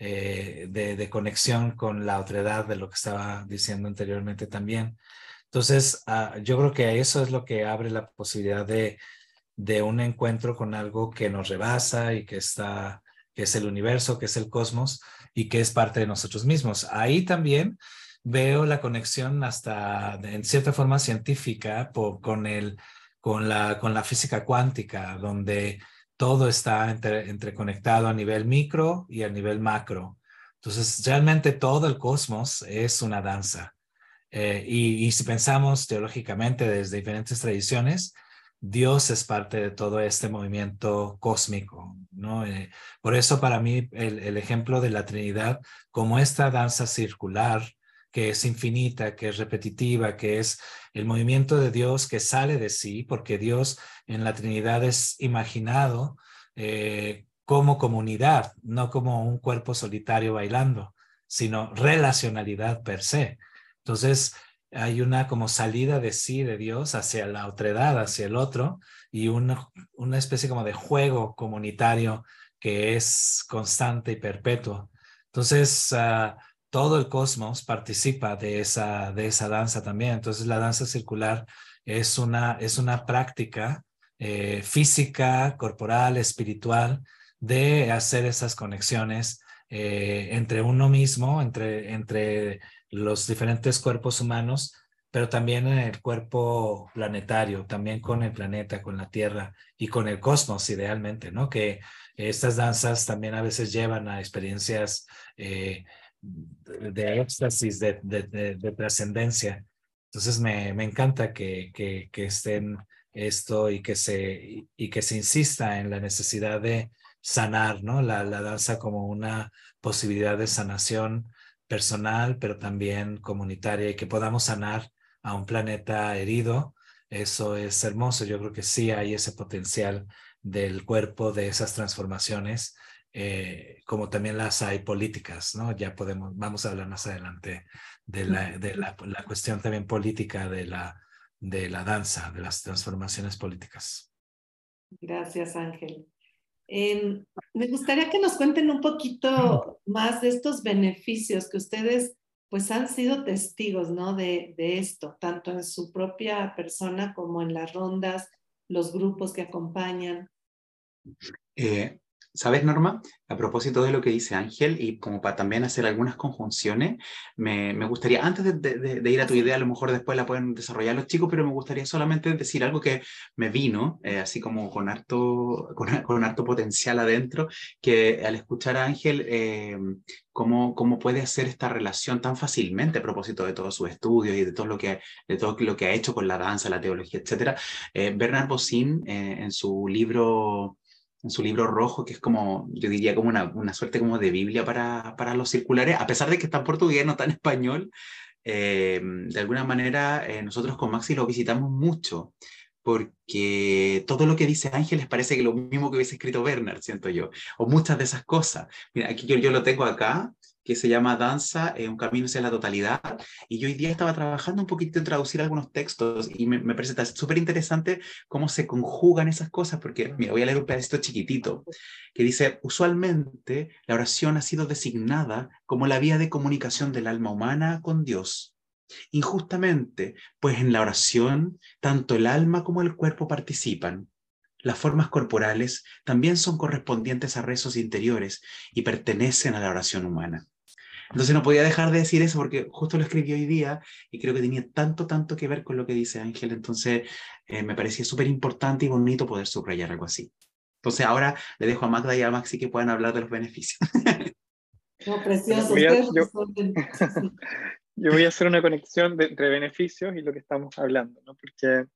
eh, de, de conexión con la otredad, de lo que estaba diciendo anteriormente también. Entonces, uh, yo creo que eso es lo que abre la posibilidad de, de un encuentro con algo que nos rebasa y que está, que es el universo, que es el cosmos y que es parte de nosotros mismos. Ahí también veo la conexión hasta en cierta forma científica por, con, el, con, la, con la física cuántica, donde todo está entre, entreconectado a nivel micro y a nivel macro. Entonces, realmente todo el cosmos es una danza. Eh, y, y si pensamos teológicamente desde diferentes tradiciones, Dios es parte de todo este movimiento cósmico, ¿no? Eh, por eso para mí el, el ejemplo de la Trinidad como esta danza circular que es infinita, que es repetitiva, que es el movimiento de Dios que sale de sí, porque Dios en la Trinidad es imaginado eh, como comunidad, no como un cuerpo solitario bailando, sino relacionalidad per se. Entonces, hay una como salida de sí de Dios hacia la otredad, hacia el otro, y una, una especie como de juego comunitario que es constante y perpetuo. Entonces, uh, todo el cosmos participa de esa, de esa danza también. Entonces, la danza circular es una, es una práctica eh, física, corporal, espiritual, de hacer esas conexiones eh, entre uno mismo, entre, entre los diferentes cuerpos humanos, pero también en el cuerpo planetario, también con el planeta, con la Tierra y con el cosmos, idealmente, ¿no? Que estas danzas también a veces llevan a experiencias eh, de, de éxtasis, de, de, de, de trascendencia. Entonces me, me encanta que, que, que estén esto y que, se, y que se insista en la necesidad de sanar, ¿no? La, la danza como una posibilidad de sanación personal, pero también comunitaria, y que podamos sanar a un planeta herido. Eso es hermoso. Yo creo que sí hay ese potencial del cuerpo, de esas transformaciones, eh, como también las hay políticas, ¿no? Ya podemos, vamos a hablar más adelante de la, de la, la cuestión también política de la, de la danza, de las transformaciones políticas.
Gracias, Ángel. Eh, me gustaría que nos cuenten un poquito más de estos beneficios que ustedes pues han sido testigos, ¿no? De, de esto, tanto en su propia persona como en las rondas, los grupos que acompañan.
Eh, ¿Sabes, Norma? A propósito de lo que dice Ángel y como para también hacer algunas conjunciones, me, me gustaría, antes de, de, de ir a tu idea, a lo mejor después la pueden desarrollar los chicos, pero me gustaría solamente decir algo que me vino, eh, así como con harto, con, con harto potencial adentro, que al escuchar a Ángel, eh, cómo, cómo puede hacer esta relación tan fácilmente a propósito de todos sus estudios y de todo lo que, de todo lo que ha hecho con la danza, la teología, etcétera. Eh, Bernard Bossin, eh, en su libro... en su libro rojo, que es como, yo diría como una, una suerte como de Biblia para, para los circulares, a pesar de que está en portugués, no está en español, eh, de alguna manera eh, nosotros con Maxi lo visitamos mucho, porque todo lo que dice Ángeles parece que lo mismo que hubiese escrito Bernard, siento yo, o muchas de esas cosas. Mira, aquí yo, yo lo tengo acá, que se llama Danza, eh, un camino hacia la totalidad, y yo hoy día estaba trabajando un poquito en traducir algunos textos, y me, me parece súper interesante cómo se conjugan esas cosas, porque, mira, voy a leer un pedacito chiquitito, que dice, usualmente la oración ha sido designada como la vía de comunicación del alma humana con Dios. Injustamente, pues en la oración tanto el alma como el cuerpo participan. Las formas corporales también son correspondientes a rezos interiores y pertenecen a la oración humana. Entonces no podía dejar de decir eso porque justo lo escribí hoy día y creo que tenía tanto, tanto que ver con lo que dice Ángel. Entonces eh, me parecía súper importante y bonito poder subrayar algo así. Entonces ahora le dejo a Magda y a Maxi que puedan hablar de los beneficios.
No, precioso.
Voy a,
Ustedes
yo,
resuelven. Sí, sí.
yo voy a hacer una conexión de, entre beneficios y lo que estamos hablando, ¿no? Porque,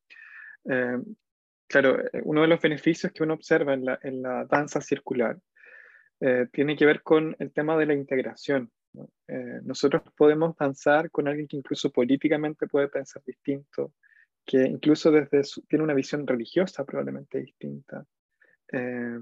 eh, claro, uno de los beneficios que uno observa en la, en la danza circular eh, tiene que ver con el tema de la integración, ¿no? Eh, nosotros podemos danzar con alguien que incluso políticamente puede pensar distinto, que incluso desde su, tiene una visión religiosa probablemente distinta. Eh,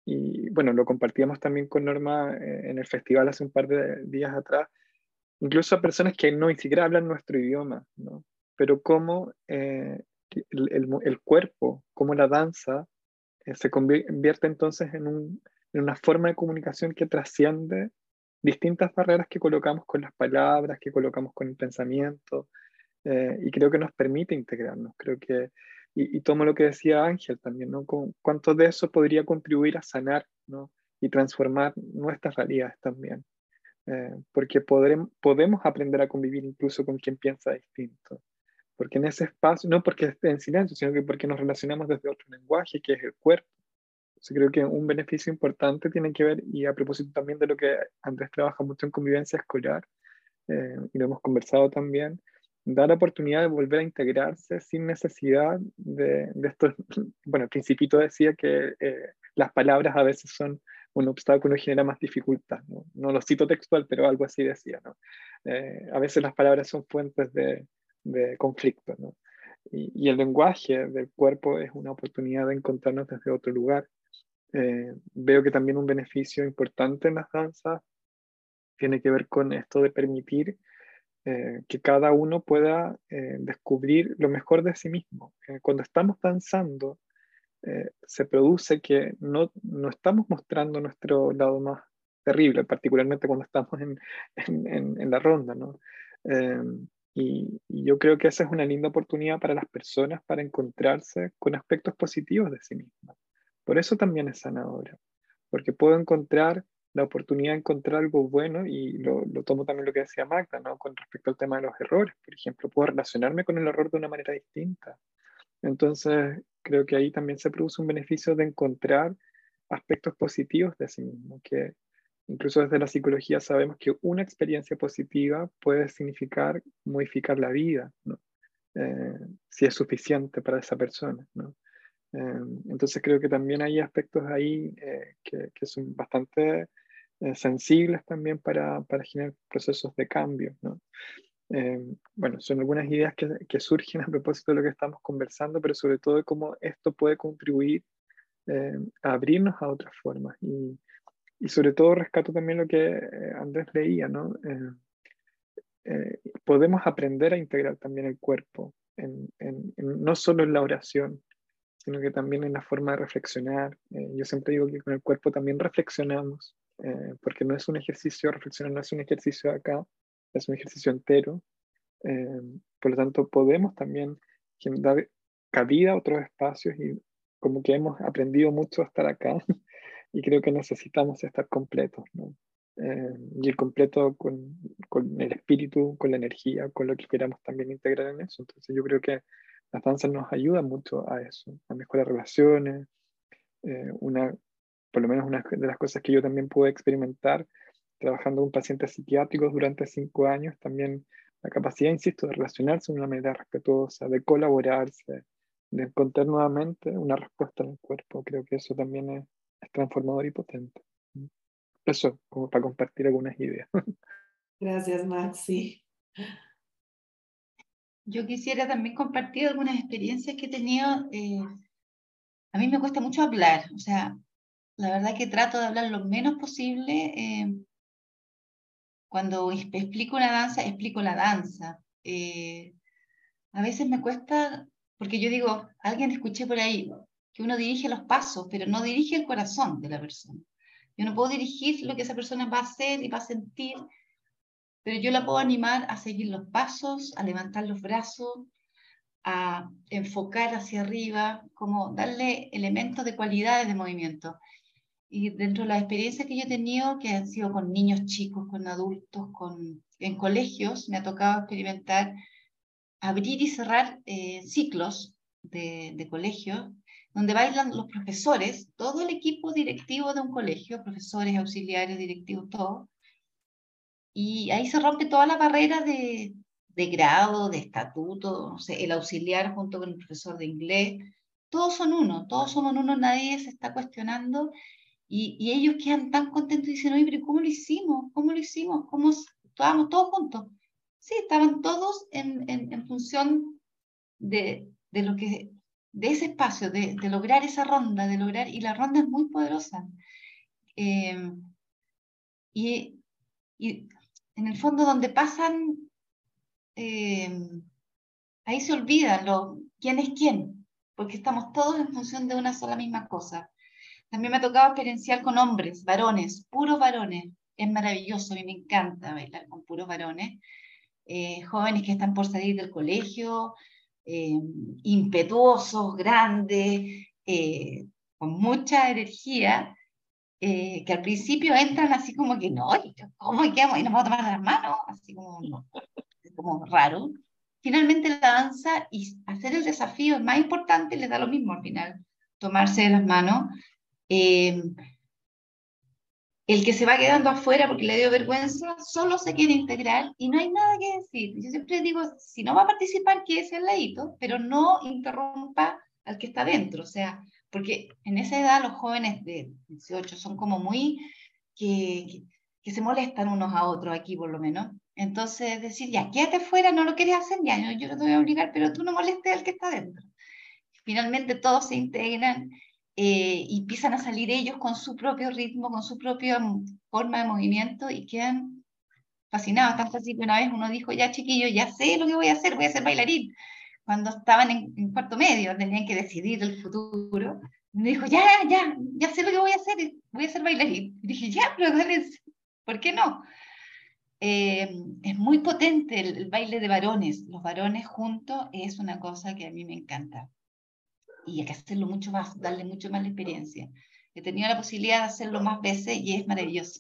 y bueno, lo compartíamos también con Norma eh, en el festival hace un par de días atrás, incluso a personas que no ni siquiera hablan nuestro idioma, ¿no? Pero cómo eh, el, el, el, cuerpo, cómo la danza eh, se convierte entonces en, un, en una forma de comunicación que trasciende distintas barreras que colocamos con las palabras, que colocamos con el pensamiento, eh, y creo que nos permite integrarnos. Creo que, y, y tomo lo que decía Ángel también, ¿no? Con, ¿cuánto de eso podría contribuir a sanar, ¿no? Y transformar nuestras realidades también? Eh, porque podremos, podemos aprender a convivir incluso con quien piensa distinto. Porque en ese espacio, no porque esté en silencio, sino que porque nos relacionamos desde otro lenguaje, que es el cuerpo. Entonces creo que un beneficio importante tiene que ver, y a propósito también de lo que Andrés trabaja mucho en convivencia escolar, eh, y lo hemos conversado también, dar la oportunidad de volver a integrarse sin necesidad de, de estos, bueno, el Principito decía que eh, las palabras a veces son un obstáculo y genera más dificultad, ¿no? No lo cito textual, pero algo así decía, ¿no? Eh, a veces las palabras son fuentes de, de conflicto, ¿no? Y, y el lenguaje del cuerpo es una oportunidad de encontrarnos desde otro lugar. Eh, veo que también un beneficio importante en las danzas tiene que ver con esto de permitir eh, que cada uno pueda eh, descubrir lo mejor de sí mismo. Eh, cuando estamos danzando, eh, se produce que no, no estamos mostrando nuestro lado más terrible, particularmente cuando estamos en, en, en, en la ronda, ¿no? Eh, y, y yo creo que esa es una linda oportunidad para las personas para encontrarse con aspectos positivos de sí mismas. Por eso también es sanadora, porque puedo encontrar la oportunidad de encontrar algo bueno, y lo, lo tomo también lo que decía Magda, ¿no? Con respecto al tema de los errores, por ejemplo, puedo relacionarme con el error de una manera distinta. Entonces, creo que ahí también se produce un beneficio de encontrar aspectos positivos de sí mismo, que incluso desde la psicología sabemos que una experiencia positiva puede significar modificar la vida, ¿no? Eh, si es suficiente para esa persona, ¿no? Eh, entonces creo que también hay aspectos ahí eh, que, que son bastante eh, sensibles también para, para generar procesos de cambio, ¿no? Eh, bueno, son algunas ideas que, que surgen a propósito de lo que estamos conversando, pero sobre todo de cómo esto puede contribuir eh, a abrirnos a otras formas. Y, y sobre todo rescato también lo que eh, Andrés leía, ¿no? Eh, eh, podemos aprender a integrar también el cuerpo, en, en, en, no solo en la oración, sino que también en la forma de reflexionar. Eh, yo siempre digo que con el cuerpo también reflexionamos, eh, porque no es un ejercicio, reflexionar no es un ejercicio de acá, es un ejercicio entero. Eh, por lo tanto, podemos también dar cabida a otros espacios, y como que hemos aprendido mucho a estar acá y creo que necesitamos estar completos, ¿no? Eh, y el completo con, con el espíritu, con la energía, con lo que queramos también integrar en eso. Entonces yo creo que las danzas nos ayudan mucho a eso, a mejorar relaciones. Eh, una, por lo menos una de las cosas que yo también pude experimentar trabajando con pacientes psiquiátricos durante cinco años, también la capacidad, insisto, de relacionarse de una manera respetuosa, de colaborarse, de encontrar nuevamente una respuesta en el cuerpo. Creo que eso también es, es transformador y potente. Eso, como para compartir algunas ideas.
Gracias, Maxi.
Yo quisiera también compartir algunas experiencias que he tenido. Eh, a mí me cuesta mucho hablar, o sea, la verdad que trato de hablar lo menos posible. Eh, cuando explico una danza, explico la danza. Eh, a veces me cuesta, porque yo digo, alguien escuché por ahí, que uno dirige los pasos, pero no dirige el corazón de la persona. Yo no puedo dirigir lo que esa persona va a hacer y va a sentir, pero yo la puedo animar a seguir los pasos, a levantar los brazos, a enfocar hacia arriba, como darle elementos de cualidades de movimiento. Y dentro de las experiencias que yo he tenido, que han sido con niños chicos, con adultos, con, en colegios, me ha tocado experimentar abrir y cerrar eh, ciclos de, de colegio, donde bailan los profesores, todo el equipo directivo de un colegio, profesores, auxiliares, directivos, todo, Y ahí se rompe toda la barrera de, de grado, de estatuto, no sé, el auxiliar junto con el profesor de inglés. Todos son uno, todos somos uno, nadie se está cuestionando. Y, y ellos quedan tan contentos y dicen, oye, pero ¿cómo lo hicimos? ¿Cómo lo hicimos? ¿Cómo estábamos todos juntos? Sí, estaban todos en, en, en función de, de lo que, de ese espacio, de, de lograr esa ronda, de lograr, y la ronda es muy poderosa. Eh, y, y en el fondo donde pasan, eh, ahí se olvidan lo, quién es quién, porque estamos todos en función de una sola misma cosa. También me ha tocado experienciar con hombres, varones, puros varones. Es maravilloso, a mí me encanta bailar con puros varones. Eh, jóvenes que están por salir del colegio, eh, impetuosos, grandes, eh, con mucha energía, eh, que al principio entran así como que no, ¿cómo que vamos? Y nos vamos a tomar las manos, así como, no, como raro. Finalmente la danza y hacer el desafío es más importante, les da lo mismo al final, tomarse de las manos. Eh, el que se va quedando afuera porque le dio vergüenza, solo se quiere integrar y no hay nada que decir. Yo siempre digo, si no va a participar, quédese al ladito, pero no interrumpa al que está dentro. O sea, porque en esa edad los jóvenes de dieciocho son como muy, que, que, que se molestan unos a otros aquí por lo menos. Entonces decir, ya, quédate fuera, no lo quieres hacer, ya, yo, yo no te voy a obligar, pero tú no molestes al que está dentro. Finalmente todos se integran. Eh, y empiezan a salir ellos con su propio ritmo, con su propia forma de movimiento y quedan fascinados. Tanto así que una vez uno dijo, ya chiquillos, ya sé lo que voy a hacer, voy a ser bailarín. Cuando estaban en, en cuarto medio, tenían que decidir el futuro. Me dijo, ya, ya, ya sé lo que voy a hacer, voy a ser bailarín. Y dije, ya, pero dale, ¿por qué no? Eh, es muy potente el, el baile de varones. Los varones juntos es una cosa que a mí me encanta. Y hay que hacerlo mucho más, darle mucho más la experiencia. He tenido la posibilidad de hacerlo más veces y es maravilloso.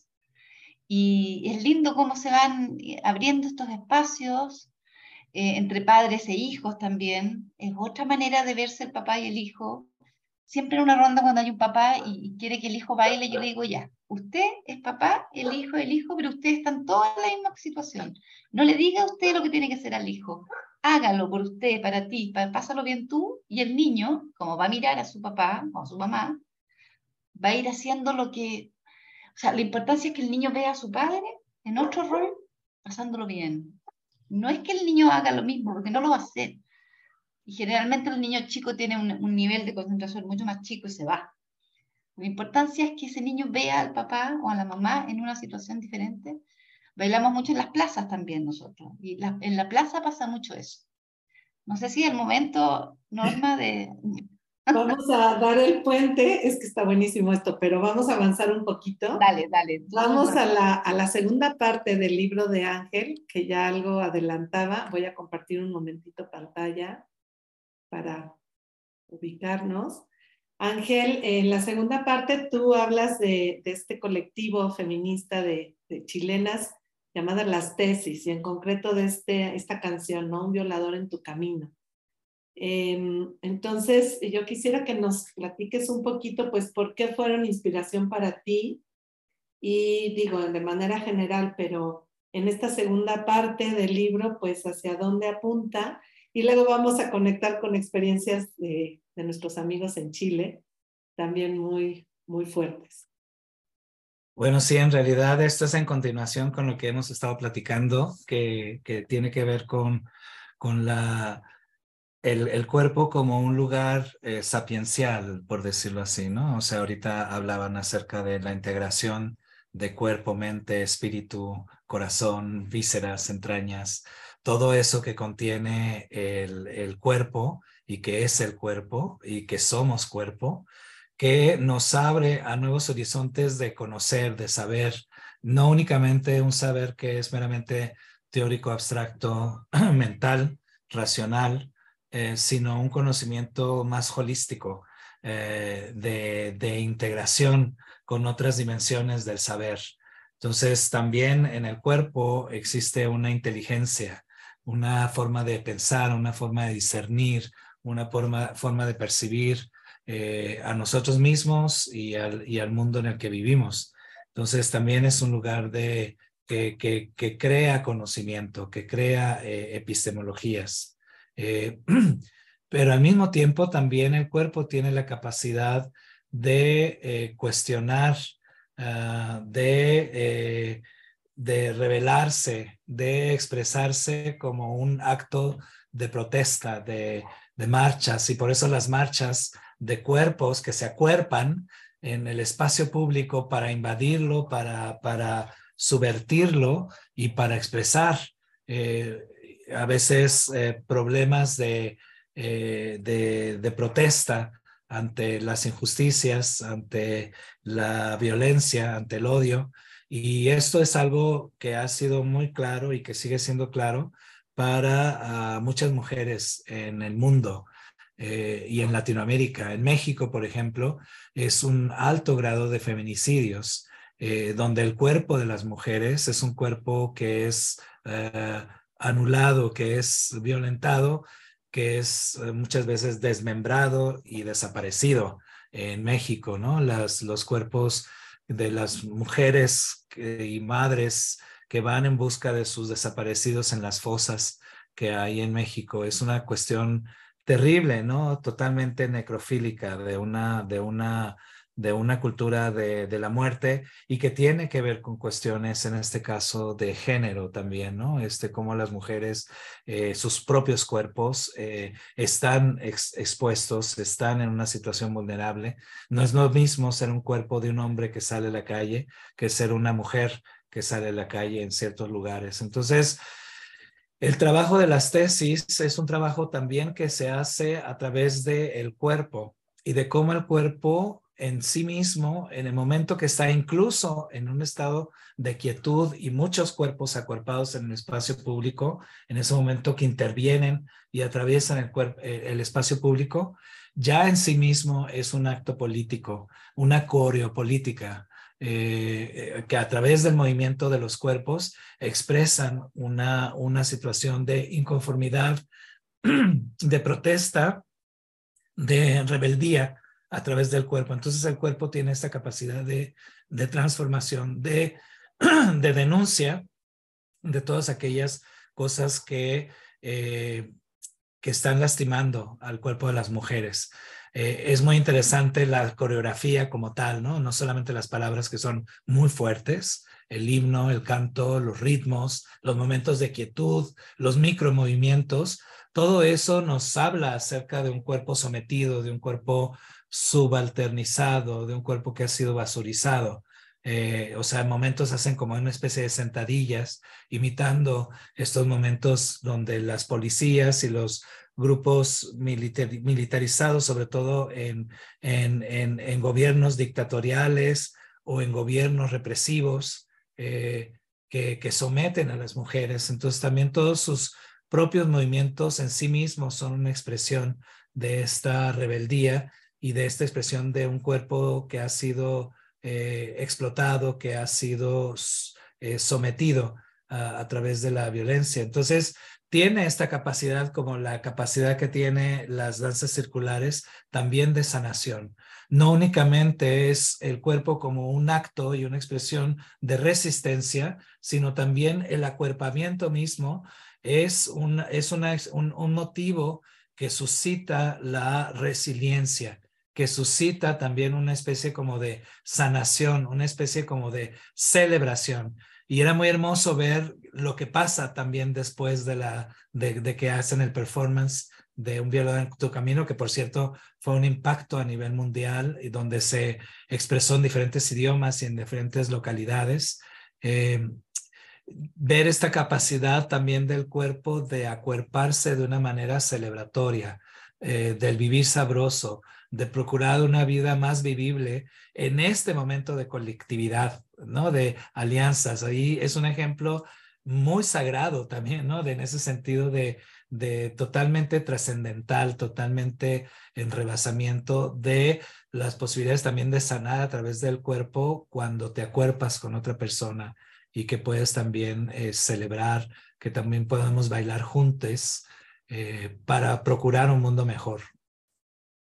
Y es lindo cómo se van abriendo estos espacios eh, entre padres e hijos también. Es otra manera de verse el papá y el hijo. Siempre en una ronda cuando hay un papá y, y quiere que el hijo baile, yo le digo, ya, usted es papá, el hijo es el hijo, pero ustedes están todos en la misma situación. No le diga a usted lo que tiene que hacer al hijo. Hágalo por usted, para ti, para, pásalo bien tú, y el niño, como va a mirar a su papá o a su mamá, va a ir haciendo lo que... O sea, la importancia es que el niño vea a su padre en otro rol, pasándolo bien. No es que el niño haga lo mismo, porque no lo va a hacer. Y generalmente el niño chico tiene un, un nivel de concentración mucho más chico y se va. La importancia es que ese niño vea al papá o a la mamá en una situación diferente. Bailamos mucho en las plazas también nosotros. Y la, en la plaza pasa mucho eso. No sé si el momento, Norma, de...
Vamos a dar el puente, es que está buenísimo esto, pero vamos a avanzar un poquito.
Dale, dale.
Vamos a la, a la segunda parte del libro de Ángel, que ya algo adelantaba. Voy a compartir un momentito pantalla para ubicarnos. Ángel, en la segunda parte tú hablas de, de este colectivo feminista de, de chilenas llamada Las Tesis, y en concreto de este, esta canción, ¿no? Un violador en tu camino. Eh, entonces, yo quisiera que nos platiques un poquito, pues, por qué fueron inspiración para ti, y digo, de manera general, pero en esta segunda parte del libro, pues, hacia dónde apunta, y luego vamos a conectar con experiencias de, de nuestros amigos en Chile, también muy, muy fuertes.
Bueno, sí, en realidad esto es en continuación con lo que hemos estado platicando, que, que tiene que ver con, con la... El, el cuerpo como un lugar eh, sapiencial, por decirlo así, ¿no? O sea, ahorita hablaban acerca de la integración de cuerpo, mente, espíritu, corazón, vísceras, entrañas, todo eso que contiene el, el cuerpo y que es el cuerpo y que somos cuerpo, que nos abre a nuevos horizontes de conocer, de saber, no únicamente un saber que es meramente teórico, abstracto, mental, racional, Eh, sino un conocimiento más holístico, eh, de, de integración con otras dimensiones del saber. Entonces, también en el cuerpo existe una inteligencia, una forma de pensar, una forma de discernir, una forma, forma de percibir eh, a nosotros mismos y al, y al mundo en el que vivimos. Entonces, también es un lugar de que, que, que crea conocimiento, que crea eh, epistemologías. Eh, pero al mismo tiempo también el cuerpo tiene la capacidad de eh, cuestionar, uh, de, eh, de revelarse, de expresarse como un acto de protesta, de, de marchas, y por eso las marchas de cuerpos que se acuerpan en el espacio público para invadirlo, para, para subvertirlo y para expresar eh, a veces eh, problemas de, eh, de, de protesta ante las injusticias, ante la violencia, ante el odio. Y esto es algo que ha sido muy claro y que sigue siendo claro para uh, muchas mujeres en el mundo eh, y en Latinoamérica. En México, por ejemplo, es un alto grado de feminicidios, eh, donde el cuerpo de las mujeres es un cuerpo que es uh, anulado, que es violentado, que es uh, muchas veces desmembrado y desaparecido en México, ¿no? Las, los cuerpos de las mujeres que, y madres que van en busca de sus desaparecidos en las fosas que hay en México. Es una cuestión terrible, ¿no? Totalmente necrofílica de una, de una, de una cultura de, de la muerte, y que tiene que ver con cuestiones, en este caso, de género también, ¿no? Este, cómo las mujeres, eh, sus propios cuerpos eh, están ex, expuestos, están en una situación vulnerable. No es lo mismo ser un cuerpo de un hombre que sale a la calle que ser una mujer que sale a la calle en ciertos lugares. Entonces, el trabajo de las tesis es un trabajo también que se hace a través del cuerpo y de cómo el cuerpo en sí mismo, en el momento que está incluso en un estado de quietud y muchos cuerpos acuerpados en el espacio público, en ese momento que intervienen y atraviesan el, cuerpo, el espacio público, ya en sí mismo es un acto político, una coreopolítica. Eh, que a través del movimiento de los cuerpos expresan una, una situación de inconformidad, de protesta, de rebeldía a través del cuerpo. Entonces el cuerpo tiene esta capacidad de, de transformación, de, de denuncia de todas aquellas cosas que, eh, que están lastimando al cuerpo de las mujeres. Eh, es muy interesante la coreografía como tal, ¿no? No solamente las palabras, que son muy fuertes, el himno, el canto, los ritmos, los momentos de quietud, los micromovimientos, todo eso nos habla acerca de un cuerpo sometido, de un cuerpo subalternizado, de un cuerpo que ha sido basurizado. Eh, o sea, en momentos hacen como una especie de sentadillas, imitando estos momentos donde las policías y los grupos militar, militarizados, sobre todo en, en, en, en gobiernos dictatoriales o en gobiernos represivos eh, que, que someten a las mujeres. Entonces también todos sus propios movimientos en sí mismos son una expresión de esta rebeldía y de esta expresión de un cuerpo que ha sido eh, explotado, que ha sido eh, sometido a, a través de la violencia. Entonces, tiene esta capacidad, como la capacidad que tiene las danzas circulares, también de sanación. No únicamente es el cuerpo como un acto y una expresión de resistencia, sino también el acuerpamiento mismo es, un, es una, un, un motivo que suscita la resiliencia, que suscita también una especie como de sanación, una especie como de celebración. Y era muy hermoso ver lo que pasa también después de, la, de, de que hacen el performance de Un violero en tu camino, que por cierto fue un impacto a nivel mundial y donde se expresó en diferentes idiomas y en diferentes localidades. Eh, ver esta capacidad también del cuerpo de acuerparse de una manera celebratoria, eh, del vivir sabroso, de procurar una vida más vivible en este momento de colectividad, ¿no? De alianzas. Ahí es un ejemplo muy sagrado también, ¿no? De, en ese sentido de, de totalmente trascendental, totalmente en rebasamiento de las posibilidades también de sanar a través del cuerpo cuando te acuerpas con otra persona y que puedes también eh, celebrar, que también podamos bailar juntos eh, para procurar un mundo mejor.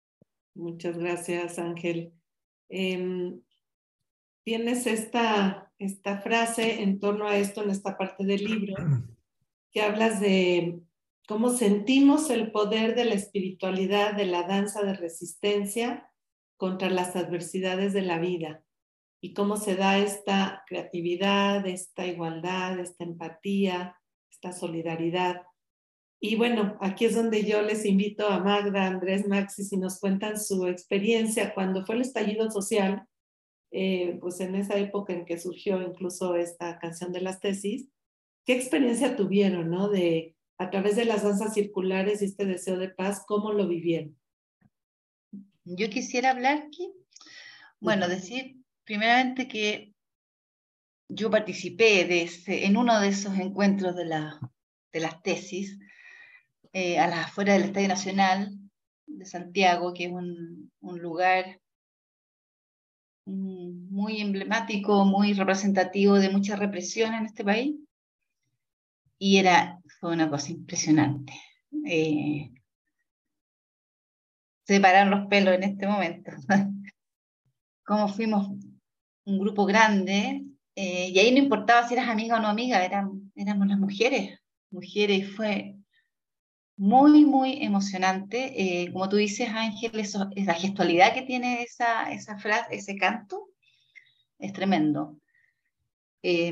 Muchas gracias, Ángel. Eh, tienes esta esta frase en torno a esto en esta parte del libro, que hablas de cómo sentimos el poder de la espiritualidad, de la danza de resistencia contra las adversidades de la vida, y cómo se da esta creatividad, esta igualdad, esta empatía, esta solidaridad. Y bueno, aquí es donde yo les invito a Magda, Andrés, Maxi, si nos cuentan su experiencia cuando fue el estallido social, eh, pues en esa época en que surgió incluso esta canción de las tesis. ¿Qué experiencia tuvieron, no? De, a través de las danzas circulares y este deseo de paz, ¿cómo lo vivieron?
Yo quisiera hablar aquí, bueno, decir primeramente que yo participé de ese, en uno de esos encuentros de, la, de las tesis, eh, a las afueras del Estadio Nacional de Santiago, que es un, un lugar muy emblemático, muy representativo de mucha represión en este país. Y era, fue una cosa impresionante. Eh, se pararon los pelos en este momento. Como fuimos un grupo grande, eh, y ahí no importaba si eras amiga o no amiga, eran, éramos las mujeres, mujeres, y fue muy, muy emocionante. Eh, como tú dices, Ángel, eso, esa gestualidad que tiene esa, esa frase, ese canto, es tremendo. Eh,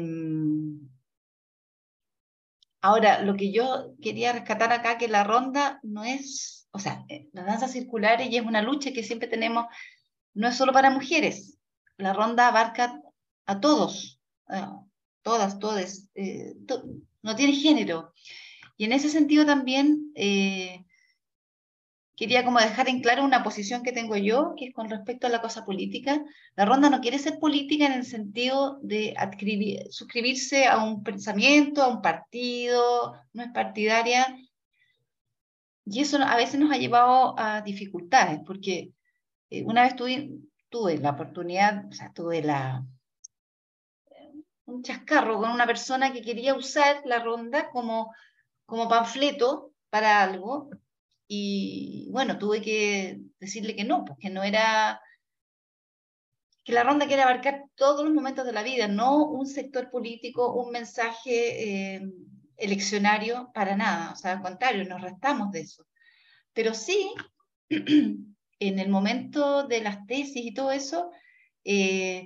ahora, lo que yo quería rescatar acá, que la ronda no es, o sea, las danzas circulares, y es una lucha que siempre tenemos, no es solo para mujeres, la ronda abarca a todos, uh, todas, todes, eh, to, no tiene género. Y en ese sentido también eh, quería como dejar en claro una posición que tengo yo, que es con respecto a la cosa política. La ronda no quiere ser política en el sentido de adscribir, suscribirse a un pensamiento, a un partido, no es partidaria. Y eso a veces nos ha llevado a dificultades, porque eh, una vez tuve, tuve la oportunidad, o sea, tuve la, un chascarro con una persona que quería usar la ronda como, como panfleto para algo, y bueno, tuve que decirle que no, porque no era, que la ronda quiere abarcar todos los momentos de la vida, no un sector político, un mensaje eh, eleccionario para nada, o sea, al contrario, nos restamos de eso. Pero sí, en el momento de las tesis y todo eso, eh,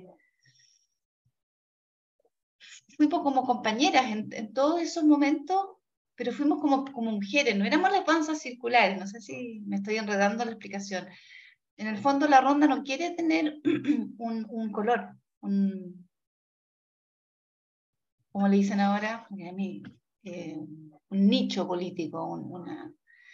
fuimos como compañeras en, en todos esos momentos, pero fuimos como, como mujeres, no éramos las danzas circulares, no sé si me estoy enredando la explicación. En el fondo la ronda no quiere tener un, un color, un, como le dicen ahora, a mí, eh, un nicho político, un, una...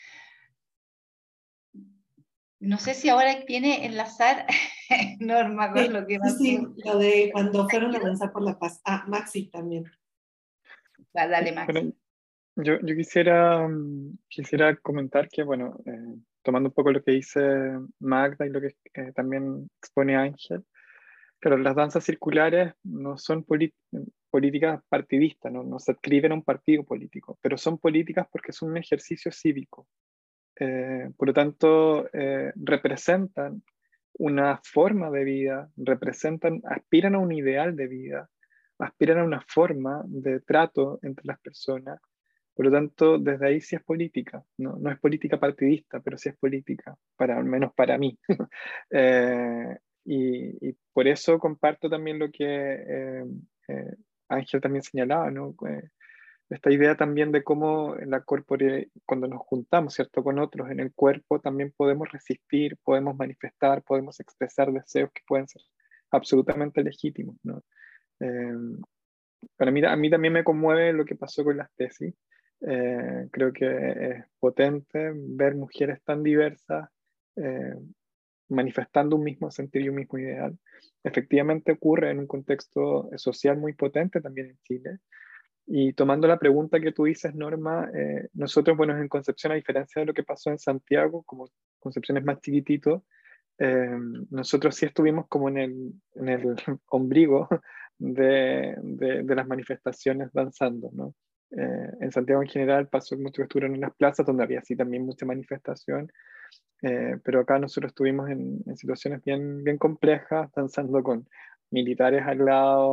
No sé si ahora viene enlazar Norma con
Sí,
lo que
sí,
pasó.
sí, lo de cuando fueron a danzar por la paz. Ah, Maxi también.
Va, dale, Max.
Bueno, yo, yo quisiera, mm, quisiera comentar que, bueno, eh, tomando un poco lo que dice Magda y lo que eh, también expone Ángel, pero las danzas circulares no son políticas partidistas, ¿no? No se adscriben a un partido político, pero son políticas porque son un ejercicio cívico. Eh, por lo tanto, eh, representan una forma de vida, representan, aspiran a un ideal de vida, aspiran a una forma de trato entre las personas. Por lo tanto, desde ahí sí es política, no, no es política partidista, pero sí es política, para, al menos para mí. eh, y, y, por eso comparto también lo que eh, eh, Ángel también señalaba, ¿no? Eh, esta idea también de cómo en la corpore, cuando nos juntamos, ¿cierto?, con otros en el cuerpo, también podemos resistir, podemos manifestar, podemos expresar deseos que pueden ser absolutamente legítimos, ¿no? Eh, para mí, a mí también me conmueve lo que pasó con las tesis. Eh, creo que es potente ver mujeres tan diversas eh, manifestando un mismo sentir y un mismo ideal. Efectivamente ocurre en un contexto social muy potente también en Chile. Y tomando la pregunta que tú dices, Norma, eh, nosotros, bueno, en Concepción, a diferencia de lo que pasó en Santiago, como Concepción es más chiquitito, eh, nosotros sí estuvimos como en el, en el ombligo de, de, de las manifestaciones danzando, ¿no? Eh, en Santiago en general pasó mucho que estuvieron en las plazas donde había sí también mucha manifestación, eh, pero acá nosotros estuvimos en, en situaciones bien, bien complejas, danzando con militares al lado,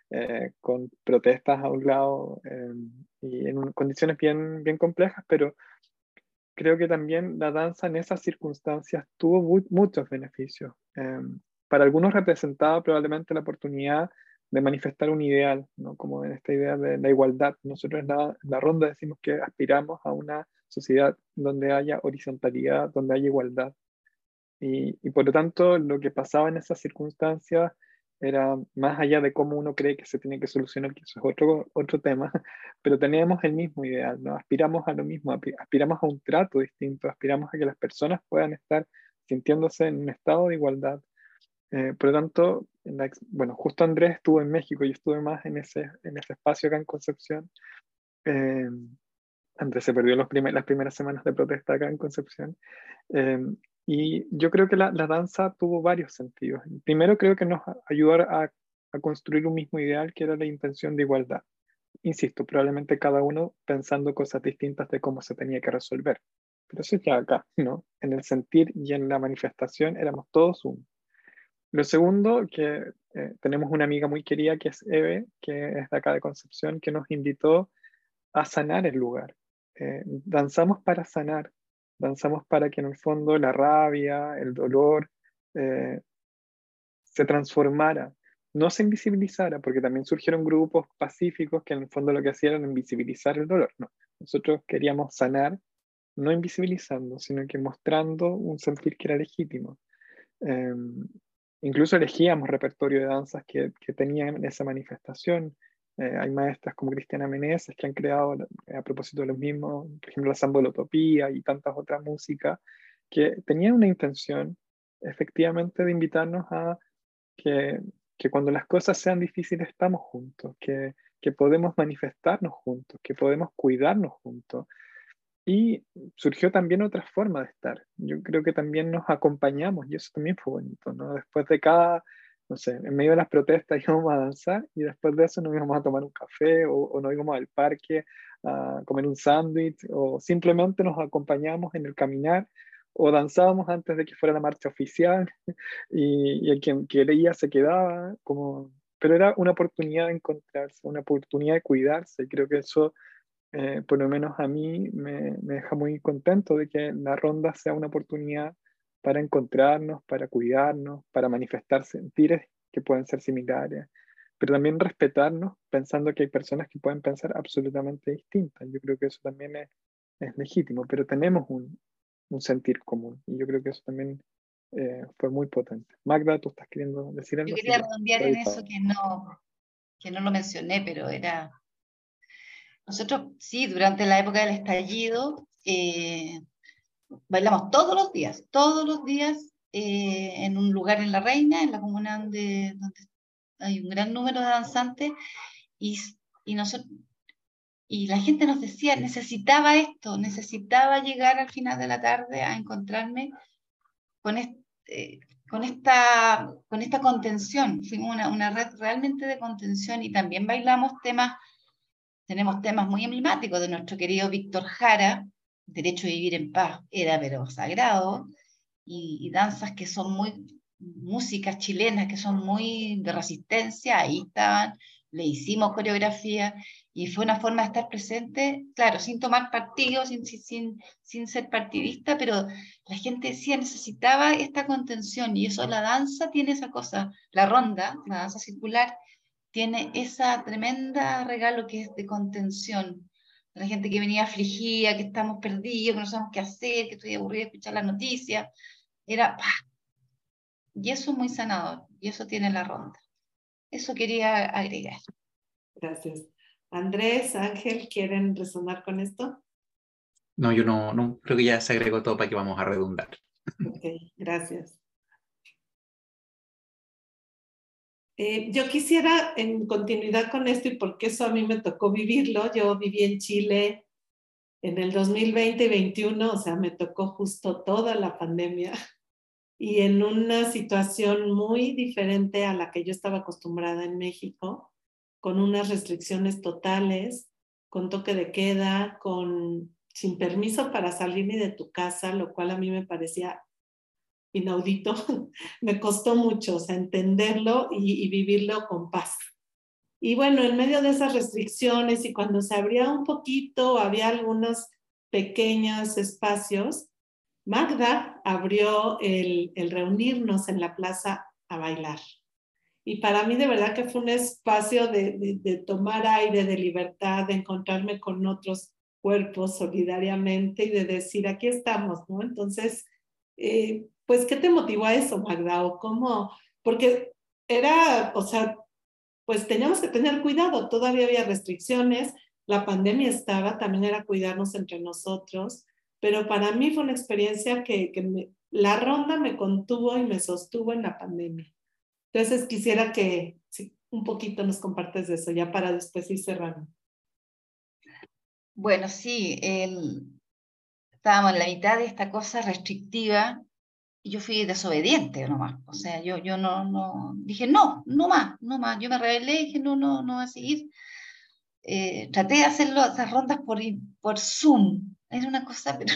eh, con protestas a un lado eh, y en un, condiciones bien, bien complejas, pero creo que también la danza en esas circunstancias tuvo mu muchos beneficios. Eh, para algunos representaba probablemente la oportunidad de manifestar un ideal, ¿no? Como en esta idea de la igualdad. Nosotros en la, en la ronda decimos que aspiramos a una sociedad donde haya horizontalidad, donde haya igualdad. Y, y por lo tanto, lo que pasaba en esas circunstancias era más allá de cómo uno cree que se tiene que solucionar, que eso es otro, otro tema, pero teníamos el mismo ideal, ¿no? Aspiramos a lo mismo, aspiramos a un trato distinto, aspiramos a que las personas puedan estar sintiéndose en un estado de igualdad. Eh, por lo tanto, en la, bueno, justo Andrés estuvo en México, yo estuve más en ese, en ese espacio acá en Concepción. Eh, Andrés se perdió los primer, las primeras semanas de protesta acá en Concepción. Eh, y yo creo que la, la danza tuvo varios sentidos. Primero, creo que nos ayudó a, a construir un mismo ideal, que era la intención de igualdad. Insisto, probablemente cada uno pensando cosas distintas de cómo se tenía que resolver. Pero eso es ya acá, ¿no? En el sentir y en la manifestación éramos todos uno. Lo segundo, que eh, tenemos una amiga muy querida que es Eve, que es de acá de Concepción, que nos invitó a sanar el lugar. Eh, danzamos para sanar, danzamos para que en el fondo la rabia, el dolor, eh, se transformara, no se invisibilizara, porque también surgieron grupos pacíficos que en el fondo lo que hacían era invisibilizar el dolor. No, nosotros queríamos sanar, no invisibilizando, sino que mostrando un sentir que era legítimo. Eh, Incluso elegíamos repertorio de danzas que, que tenían esa manifestación. Eh, hay maestras como Cristiana Meneses que han creado, eh, a propósito de los mismos, por ejemplo, la Sambolotopía y tantas otras músicas, que tenían una intención efectivamente de invitarnos a que, que cuando las cosas sean difíciles estamos juntos, que, que podemos manifestarnos juntos, que podemos cuidarnos juntos. Y surgió también otra forma de estar. Yo creo que también nos acompañamos y eso también fue bonito, ¿no? Después de cada, no sé, en medio de las protestas íbamos a danzar y después de eso nos íbamos a tomar un café o, o nos íbamos al parque a comer un sándwich o simplemente nos acompañamos en el caminar o danzábamos antes de que fuera la marcha oficial y, y el quien quería se quedaba, como... pero era una oportunidad de encontrarse, una oportunidad de cuidarse y creo que eso eh, por lo menos a mí me, me deja muy contento de que la ronda sea una oportunidad para encontrarnos, para cuidarnos, para manifestar sentires que pueden ser similares, pero también respetarnos pensando que hay personas que pueden pensar absolutamente distintas. Yo creo que eso también es, es legítimo, pero tenemos un, un sentir común y yo creo que eso también eh, fue muy potente. Magda, tú estás queriendo decir algo.
Yo
Así
quería
que
redondear
doy
en eso
paso.
que no, que no lo mencioné, pero era... Nosotros, sí, durante la época del estallido, eh, bailamos todos los días, todos los días eh, en un lugar en La Reina, en la comuna donde, donde hay un gran número de danzantes, y, y, nosotros, y la gente nos decía, necesitaba esto, necesitaba llegar al final de la tarde a encontrarme con, este, con, esta, con esta contención. Fuimos una, una red realmente de contención y también bailamos temas, tenemos temas muy emblemáticos de nuestro querido Víctor Jara, Derecho a Vivir en Paz, era pero sagrado, y, y danzas que son muy, músicas chilenas que son muy de resistencia, ahí estaban, le hicimos coreografía, y fue una forma de estar presente, claro, sin tomar partido, sin, sin, sin ser partidista, pero la gente decía necesitaba esta contención, y eso la danza tiene esa cosa, la ronda, la danza circular, tiene esa tremenda regalo que es de contención. La gente que venía afligida, que estamos perdidos, que no sabemos qué hacer, que estoy aburrida de escuchar las noticias, era ¡pah! Y eso es muy sanador, y eso tiene la ronda. Eso quería agregar.
Gracias. Andrés, Ángel, ¿quieren resonar con esto?
No, yo no, no, creo que ya se agregó todo para que vamos a redundar.
Ok, gracias. Eh, yo quisiera, en continuidad con esto, y porque eso a mí me tocó vivirlo, yo viví en Chile en el dos mil veinte y veintiuno, o sea, me tocó justo toda la pandemia, y en una situación muy diferente a la que yo estaba acostumbrada en México, con unas restricciones totales, con toque de queda, con, sin permiso para salir ni de tu casa, lo cual a mí me parecía inaudito. Me costó mucho, o sea, entenderlo y, y vivirlo con paz. Y bueno, en medio de esas restricciones y cuando se abría un poquito, había algunos pequeños espacios, Magda abrió el, el reunirnos en la plaza a bailar. Y para mí de verdad que fue un espacio de, de, de tomar aire, de libertad, de encontrarme con otros cuerpos solidariamente y de decir, aquí estamos, ¿no? Entonces, eh, pues, ¿qué te motivó a eso, Magda? ¿O cómo? Porque era, o sea, pues teníamos que tener cuidado, todavía había restricciones, la pandemia estaba, también era cuidarnos entre nosotros, pero para mí fue una experiencia que, que me, la ronda me contuvo y me sostuvo en la pandemia. Entonces quisiera que sí, un poquito nos compartes de eso, ya para después ir cerrando.
Bueno, sí, el, estábamos en la mitad de esta cosa restrictiva y yo fui desobediente nomás. O sea, yo, yo no, no, dije no, no más, no más. Yo me rebelé y dije no, no, no voy a seguir. Eh, traté de hacerlo, esas rondas por, por Zoom. Era una cosa, pero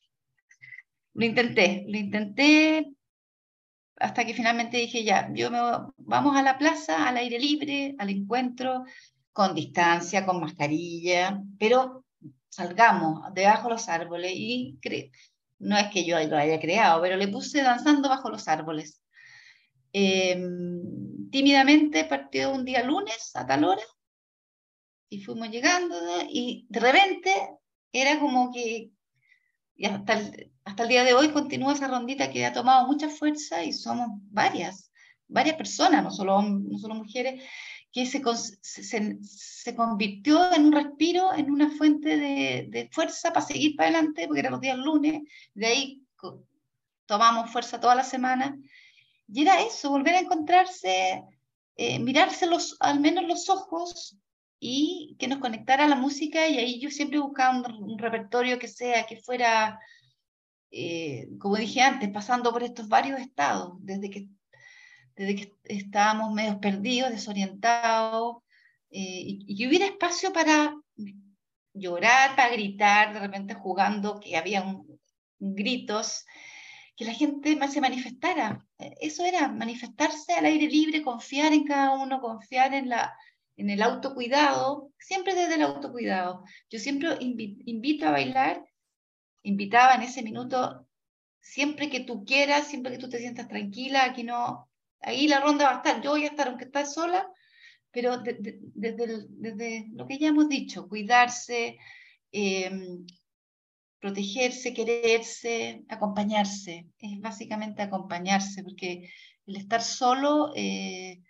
lo intenté, lo intenté hasta que finalmente dije ya, yo me, vamos a la plaza, al aire libre, al encuentro, con distancia, con mascarilla, pero salgamos debajo de los árboles y cre no es que yo lo haya creado, pero le puse danzando bajo los árboles. Eh, tímidamente partió un día lunes a tal hora y fuimos llegando, ¿no? Y de repente era como que y hasta el, hasta el día de hoy continúa esa rondita que ha tomado mucha fuerza y somos varias, varias personas, no solo, no solo mujeres, que se, se, se convirtió en un respiro, en una fuente de, de fuerza para seguir para adelante, porque eran los días lunes, de ahí tomamos fuerza toda la semana, y era eso, volver a encontrarse, eh, mirarse los, al menos los ojos, y que nos conectara a la música, y ahí yo siempre buscaba un, un repertorio que sea, que fuera, eh, como dije antes, pasando por estos varios estados, desde que, desde que estábamos medio perdidos, desorientados, eh, y, y que hubiera espacio para llorar, para gritar, de repente jugando, que había un, gritos, que la gente se manifestara. Eso era, manifestarse al aire libre, confiar en cada uno, confiar en la en el autocuidado, siempre desde el autocuidado. Yo siempre invito a bailar, invitaba en ese minuto, siempre que tú quieras, siempre que tú te sientas tranquila, aquí no, ahí la ronda va a estar, yo voy a estar aunque estás sola, pero de, de, desde, el, desde lo que ya hemos dicho, cuidarse, eh, protegerse, quererse, acompañarse, es básicamente acompañarse, porque el estar solo eh,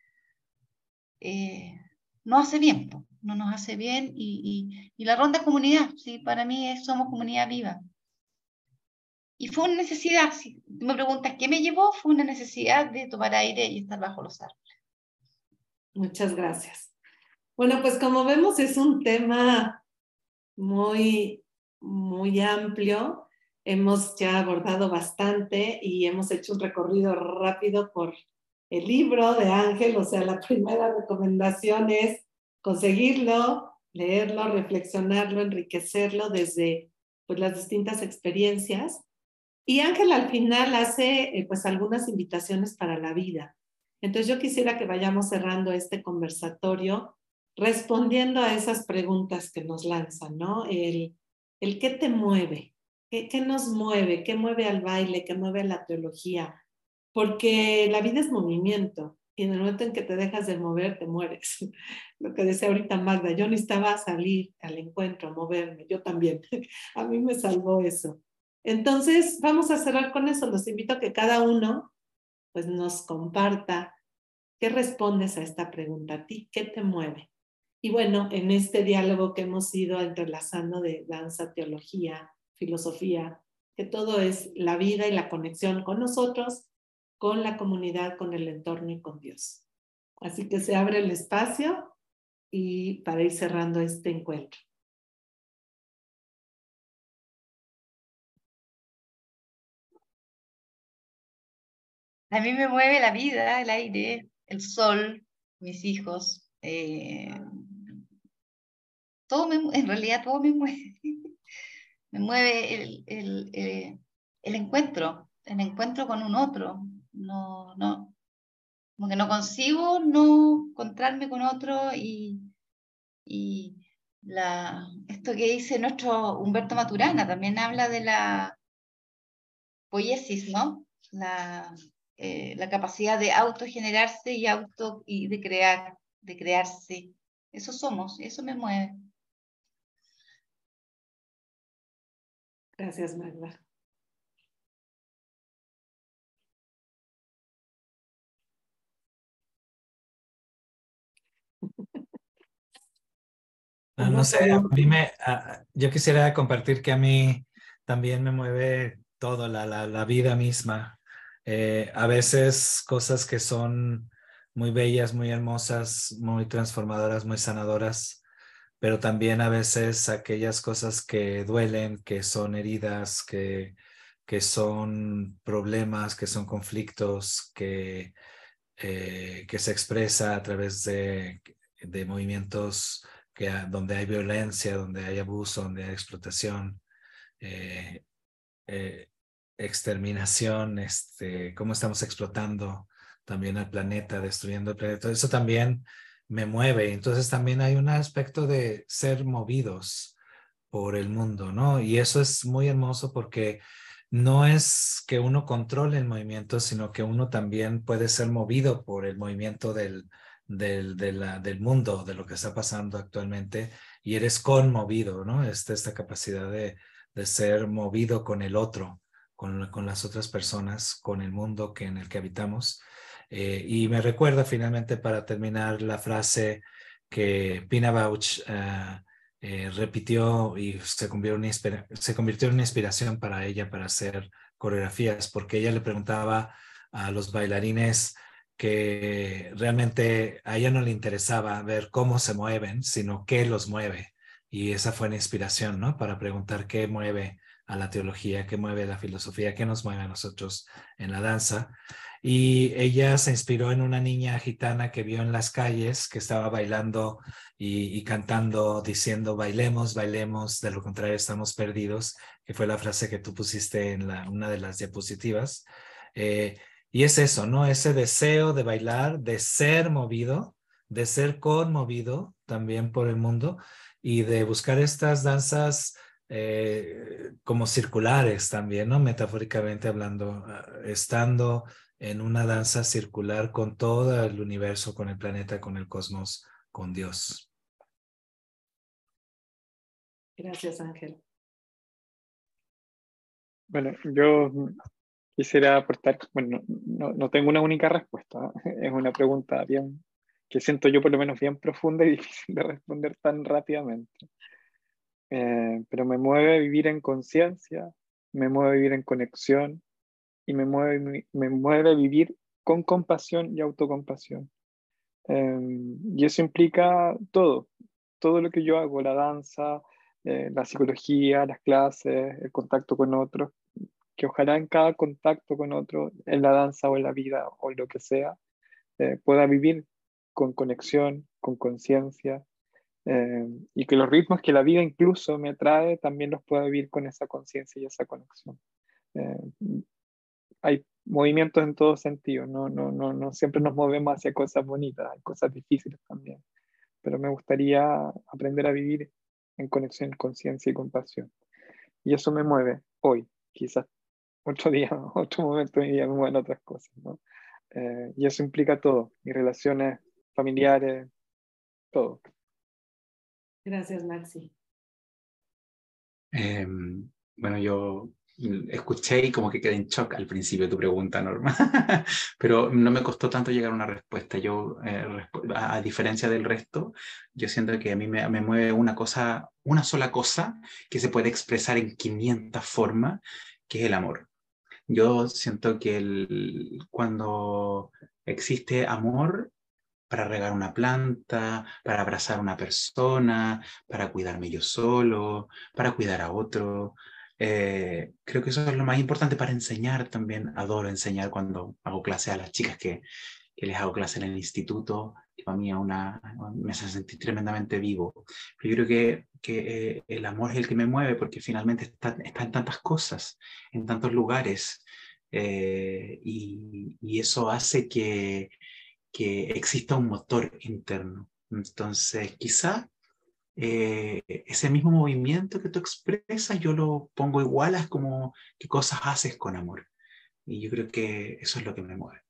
eh, no hace bien, no nos hace bien y, y, y la ronda es comunidad, ¿sí? Para mí es, somos comunidad viva. Y fue una necesidad, si tú me preguntas qué me llevó, fue una necesidad de tomar aire y estar bajo los árboles.
Muchas gracias. Bueno, pues como vemos es un tema muy, muy amplio. Hemos ya abordado bastante y hemos hecho un recorrido rápido por el libro de Ángel, o sea, la primera recomendación es conseguirlo, leerlo, reflexionarlo, enriquecerlo desde pues, las distintas experiencias. Y Ángel al final hace eh, pues algunas invitaciones para la vida. Entonces yo quisiera que vayamos cerrando este conversatorio respondiendo a esas preguntas que nos lanzan, ¿no? El, el ¿qué te mueve? ¿Qué, ¿Qué nos mueve? ¿Qué mueve al baile? ¿Qué mueve a la teología? Porque la vida es movimiento y en el momento en que te dejas de mover, te mueres. Lo que decía ahorita Magda, yo necesitaba salir al encuentro, a moverme, yo también. A mí me salvó eso. Entonces, vamos a cerrar con eso. Los invito a que cada uno pues, nos comparta qué respondes a esta pregunta. ¿A ti qué te mueve? Y bueno, en este diálogo que hemos ido entrelazando de danza, teología, filosofía, que todo es la vida y la conexión con nosotros, con la comunidad, con el entorno y con Dios. Así que se abre el espacio y para ir cerrando este encuentro.
A mí me mueve la vida, el aire, el sol, mis hijos. Eh, todo me, en realidad todo me mueve. Me mueve el, el, eh, el encuentro, el encuentro con un otro. No, no, Como que no consigo no encontrarme con otro y, y la, esto que dice nuestro Humberto Maturana también habla de la poiesis, ¿no? La, eh, la capacidad de autogenerarse y, auto, y de crear, de crearse. Eso somos, eso me mueve.
Gracias, Magda.
No, no sé, a mí me, a, yo quisiera compartir que a mí también me mueve todo, la, la, la vida misma. Eh, a veces cosas que son muy bellas, muy hermosas, muy transformadoras, muy sanadoras, pero también a veces aquellas cosas que duelen, que son heridas, que, que son problemas, que son conflictos, que, eh, que se expresa a través de, de movimientos que, donde hay violencia, donde hay abuso, donde hay explotación, eh, eh, exterminación, este, cómo estamos explotando también el planeta, destruyendo el planeta. Eso también me mueve. Entonces también hay un aspecto de ser movidos por el mundo, ¿no? Y eso es muy hermoso porque no es que uno controle el movimiento, sino que uno también puede ser movido por el movimiento del, del, de la, del mundo, de lo que está pasando actualmente, y eres conmovido, ¿no? Esta, esta capacidad de, de ser movido con el otro, con, con las otras personas, con el mundo que, en el que habitamos. Eh, y me recuerda finalmente para terminar la frase que Pina Bausch uh, eh, repitió y se convirtió, en inspira- se convirtió en una inspiración para ella para hacer coreografías, porque ella le preguntaba a los bailarines que realmente a ella no le interesaba ver cómo se mueven, sino qué los mueve. Y esa fue la inspiración, ¿no? Para preguntar qué mueve a la teología, qué mueve la filosofía, qué nos mueve a nosotros en la danza. Y ella se inspiró en una niña gitana que vio en las calles, que estaba bailando y, y cantando, diciendo, bailemos, bailemos, de lo contrario estamos perdidos, que fue la frase que tú pusiste en la, una de las diapositivas. Eh, y es eso, ¿no? Ese deseo de bailar, de ser movido, de ser conmovido también por el mundo y de buscar estas danzas eh, como circulares también, ¿no? Metafóricamente hablando, estando en una danza circular con todo el universo, con el planeta, con el cosmos, con Dios.
Gracias, Ángel.
Bueno, yo quisiera aportar, bueno, no, no tengo una única respuesta, ¿eh? Es una pregunta bien, que siento yo por lo menos bien profunda y difícil de responder tan rápidamente. Eh, pero me mueve vivir en conciencia, me mueve vivir en conexión y me mueve, me mueve vivir con compasión y autocompasión. Eh, y eso implica todo, todo lo que yo hago, la danza, eh, la psicología, las clases, el contacto con otros, que ojalá en cada contacto con otro, en la danza o en la vida o en lo que sea, eh, pueda vivir con conexión, con conciencia, eh, y que los ritmos que la vida incluso me trae también los pueda vivir con esa conciencia y esa conexión. Eh, hay movimientos en todos sentidos, no, no, no, no siempre nos movemos hacia cosas bonitas, hay cosas difíciles también, pero me gustaría aprender a vivir en conexión, conciencia y compasión. Y eso me mueve hoy, quizás otro día, otro momento de mi vida me mueven otras cosas, ¿no? Eh, y eso implica todo, mis relaciones familiares, todo.
Gracias, Maxi.
Eh, bueno, yo escuché y como que quedé en shock al principio de tu pregunta, Norma, pero no me costó tanto llegar a una respuesta. Yo, eh, a, a diferencia del resto, yo siento que a mí me, me mueve una cosa, una sola cosa que se puede expresar en quinientas formas, que es el amor. Yo siento que el, cuando existe amor, para regar una planta, para abrazar a una persona, para cuidarme yo solo, para cuidar a otro. Eh, creo que eso es lo más importante para enseñar también. Adoro enseñar cuando hago clases a las chicas que, que les hago clases en el instituto, que para mí es una, me hace sentir tremendamente vivo. Pero yo creo que, que eh, el amor es el que me mueve porque finalmente está, está en tantas cosas, en tantos lugares. Eh, y, y eso hace que que exista un motor interno. Entonces, quizá eh, ese mismo movimiento que tú expresas, yo lo pongo igual a como qué cosas haces con amor. Y yo creo que eso es lo que me mueve.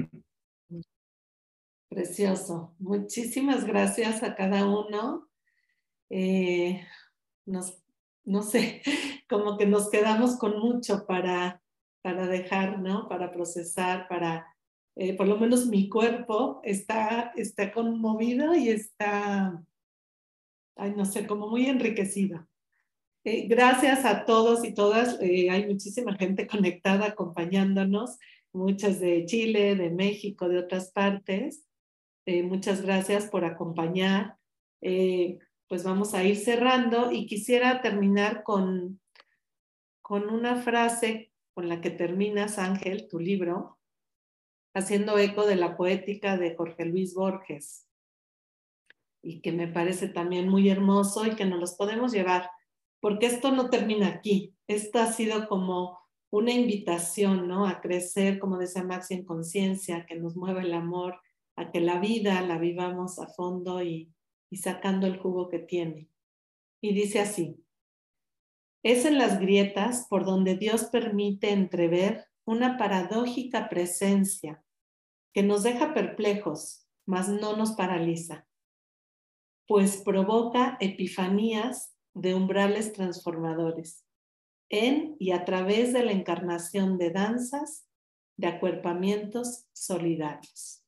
Precioso. Muchísimas gracias a cada uno. Eh, nos, no sé, como que nos quedamos con mucho para, para dejar, ¿no? Para procesar, para, eh, por lo menos mi cuerpo está, está conmovido y está, ay, no sé, como muy enriquecido. Eh, gracias a todos y todas. Eh, hay muchísima gente conectada acompañándonos, muchas de Chile, de México, de otras partes. Eh, muchas gracias por acompañar. Eh, pues vamos a ir cerrando y quisiera terminar con, con una frase con la que terminas, Ángel, tu libro, haciendo eco de la poética de Jorge Luis Borges, y que me parece también muy hermoso y que nos los podemos llevar, porque esto no termina aquí. Esto ha sido como una invitación, ¿no? A crecer, como decía Maxi, en conciencia, que nos mueva el amor, a que la vida la vivamos a fondo y, y sacando el jugo que tiene. Y dice así: es en las grietas por donde Dios permite entrever una paradójica presencia que nos deja perplejos, mas no nos paraliza, pues provoca epifanías de umbrales transformadores en y a través de la encarnación de danzas, de acuerpamientos solidarios.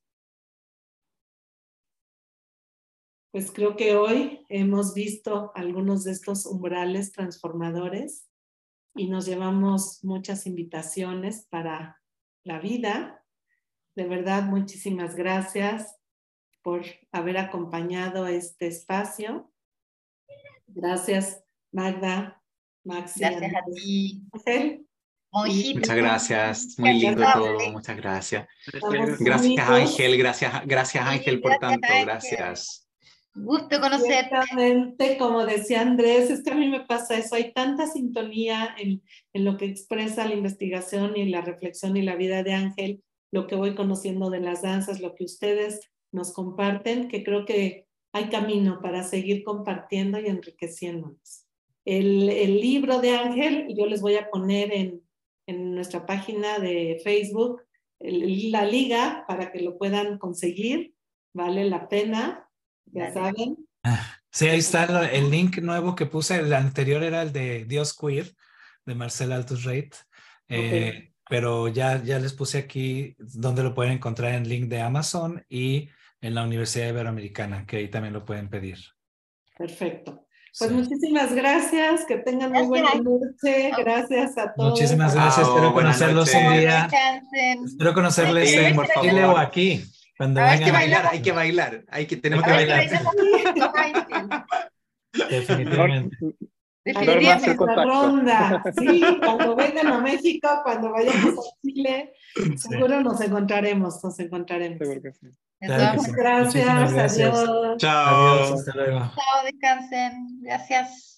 Pues creo que hoy hemos visto algunos de estos umbrales transformadores y nos llevamos muchas invitaciones para la vida. De verdad, muchísimas gracias por haber acompañado este espacio. Gracias, Magda, Maxi.
Gracias a ti.
Ángel.
Mojito.
Muchas gracias, muy lindo todo, muchas gracias. Gracias Ángel, gracias, gracias Ángel por
Gracias,
tanto,
Ángel.
gracias.
Gusto conocerte.
Ciertamente, como decía Andrés, es que a mí me pasa eso, hay tanta sintonía en, en lo que expresa la investigación y la reflexión y la vida de Ángel, lo que voy conociendo de las danzas, lo que ustedes nos comparten, que creo que hay camino para seguir compartiendo y enriqueciéndonos. El, el libro de Ángel, yo les voy a poner en, en nuestra página de Facebook el, la liga para que lo puedan conseguir, vale la pena. Ya saben.
Sí, ahí está el link nuevo que puse. El anterior era el de Dios Queer, de Marcela Altus Reit. Eh, okay. Pero ya, ya les puse aquí donde lo pueden encontrar en link de Amazon y en la Universidad Iberoamericana, que ahí también lo pueden pedir.
Perfecto. Pues
Sí.
Muchísimas gracias, que tengan muy buena noche. Gracias a todos.
Muchísimas gracias,
Chao,
espero conocerlos un día.
Descansen.
Espero conocerles
Sí,
en
por
Chile
favor.
o aquí. Cuando
A ver,
Hay que
vengan.
bailar, hay que bailar, hay que, tenemos
Hay
que
que
bailar.
bailar.
Definitivamente.
Norma, hacer
La
contacto.
ronda, sí, cuando vengan a México, cuando vayamos a Chile,
Sí.
seguro nos encontraremos, nos encontraremos.
Seguro que sí.
Claro que sí.
Gracias,
Muchísimas gracias.
adiós.
Chao.
Adiós, hasta luego.
Chao, descansen. Gracias.